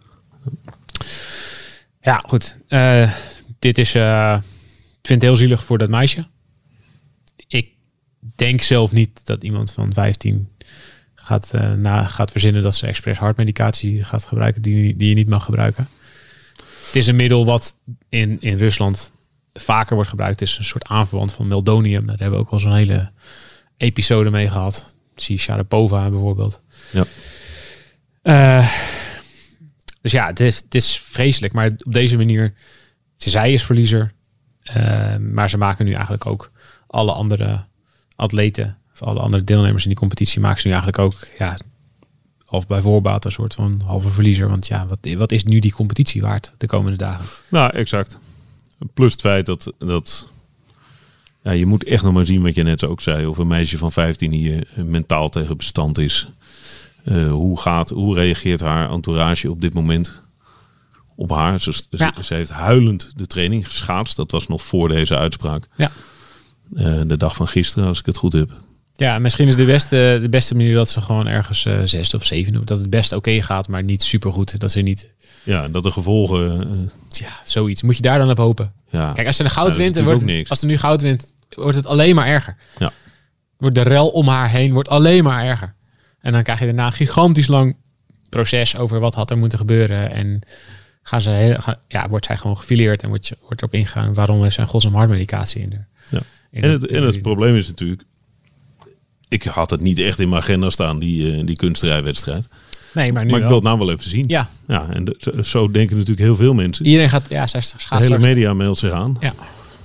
Ja, goed. Dit is... ik vind het heel zielig voor dat meisje. Ik denk zelf niet dat iemand van 15 gaat verzinnen dat ze expres hartmedicatie gaat gebruiken die je niet mag gebruiken. Het is een middel wat in Rusland vaker wordt gebruikt. Het is een soort aanverwant van meldonium. Daar hebben we ook al zo'n hele episode mee gehad. Zie Sharapova bijvoorbeeld. Ja. Dus ja, het is vreselijk. Maar op deze manier, zij is verliezer. Maar ze maken nu eigenlijk ook alle andere atleten, of alle andere deelnemers in die competitie, maken ze nu eigenlijk ook, of bij voorbaat een soort van halve verliezer. Want wat is nu die competitie waard de komende dagen? Nou, exact. Plus het feit dat je moet echt nog maar zien wat je net ook zei. Of een meisje van 15 hier mentaal tegen bestand is. Hoe reageert haar entourage op dit moment op haar? Ze heeft huilend de training geschaatst. Dat was nog voor deze uitspraak. Ja. De dag van gisteren, als ik het goed heb. Ja, misschien is de beste manier dat ze gewoon ergens 6 of 7 doen. Dat het best oké gaat, maar niet supergoed. Dat ze niet... Ja, dat de gevolgen... zoiets. Moet je daar dan op hopen? Ja. Kijk, als ze goud wint, als ze nu goud wint, wordt het alleen maar erger. Ja. Wordt de rel om haar heen wordt alleen maar erger. En dan krijg je daarna een gigantisch lang proces over wat had er moeten gebeuren. En wordt zij gewoon gefileerd en wordt erop ingegaan. Waarom heeft zij godsnaam hartmedicatie in er? Ja. En het probleem is natuurlijk, ik had het niet echt in mijn agenda staan, die kunstrijwedstrijd. Nee, maar ik wil het nou wel even zien. Ja. En zo denken natuurlijk heel veel mensen. Iedereen gaat, de hele media meldt zich aan. Ja.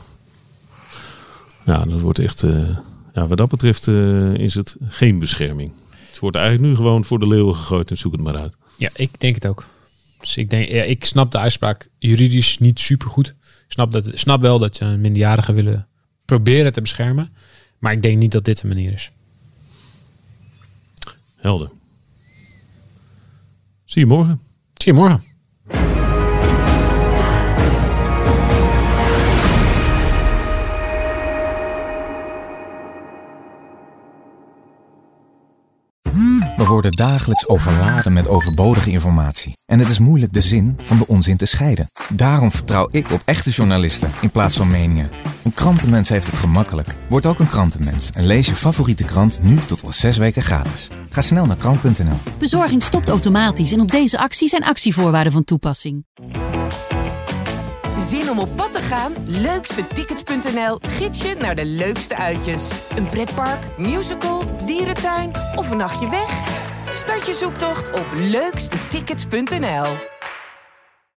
Ja, dat wordt echt, wat dat betreft is het geen bescherming. Het wordt eigenlijk nu gewoon voor de leeuwen gegooid en zoek het maar uit. Ja, ik denk het ook. Dus ik snap de uitspraak juridisch niet supergoed. Ik snap wel dat je minderjarigen willen proberen te beschermen. Maar ik denk niet dat dit de manier is. Helder. Zie je morgen. We worden dagelijks overladen met overbodige informatie. En het is moeilijk de zin van de onzin te scheiden. Daarom vertrouw ik op echte journalisten in plaats van meningen. Een krantenmens heeft het gemakkelijk. Word ook een krantenmens en lees je favoriete krant nu tot al 6 weken gratis. Ga snel naar krant.nl. Bezorging stopt automatisch en op deze actie zijn actievoorwaarden van toepassing. Zin om op pad te gaan? Leukstetickets.nl gids je naar de leukste uitjes. Een pretpark, musical, dierentuin of een nachtje weg? Start je zoektocht op leukstetickets.nl.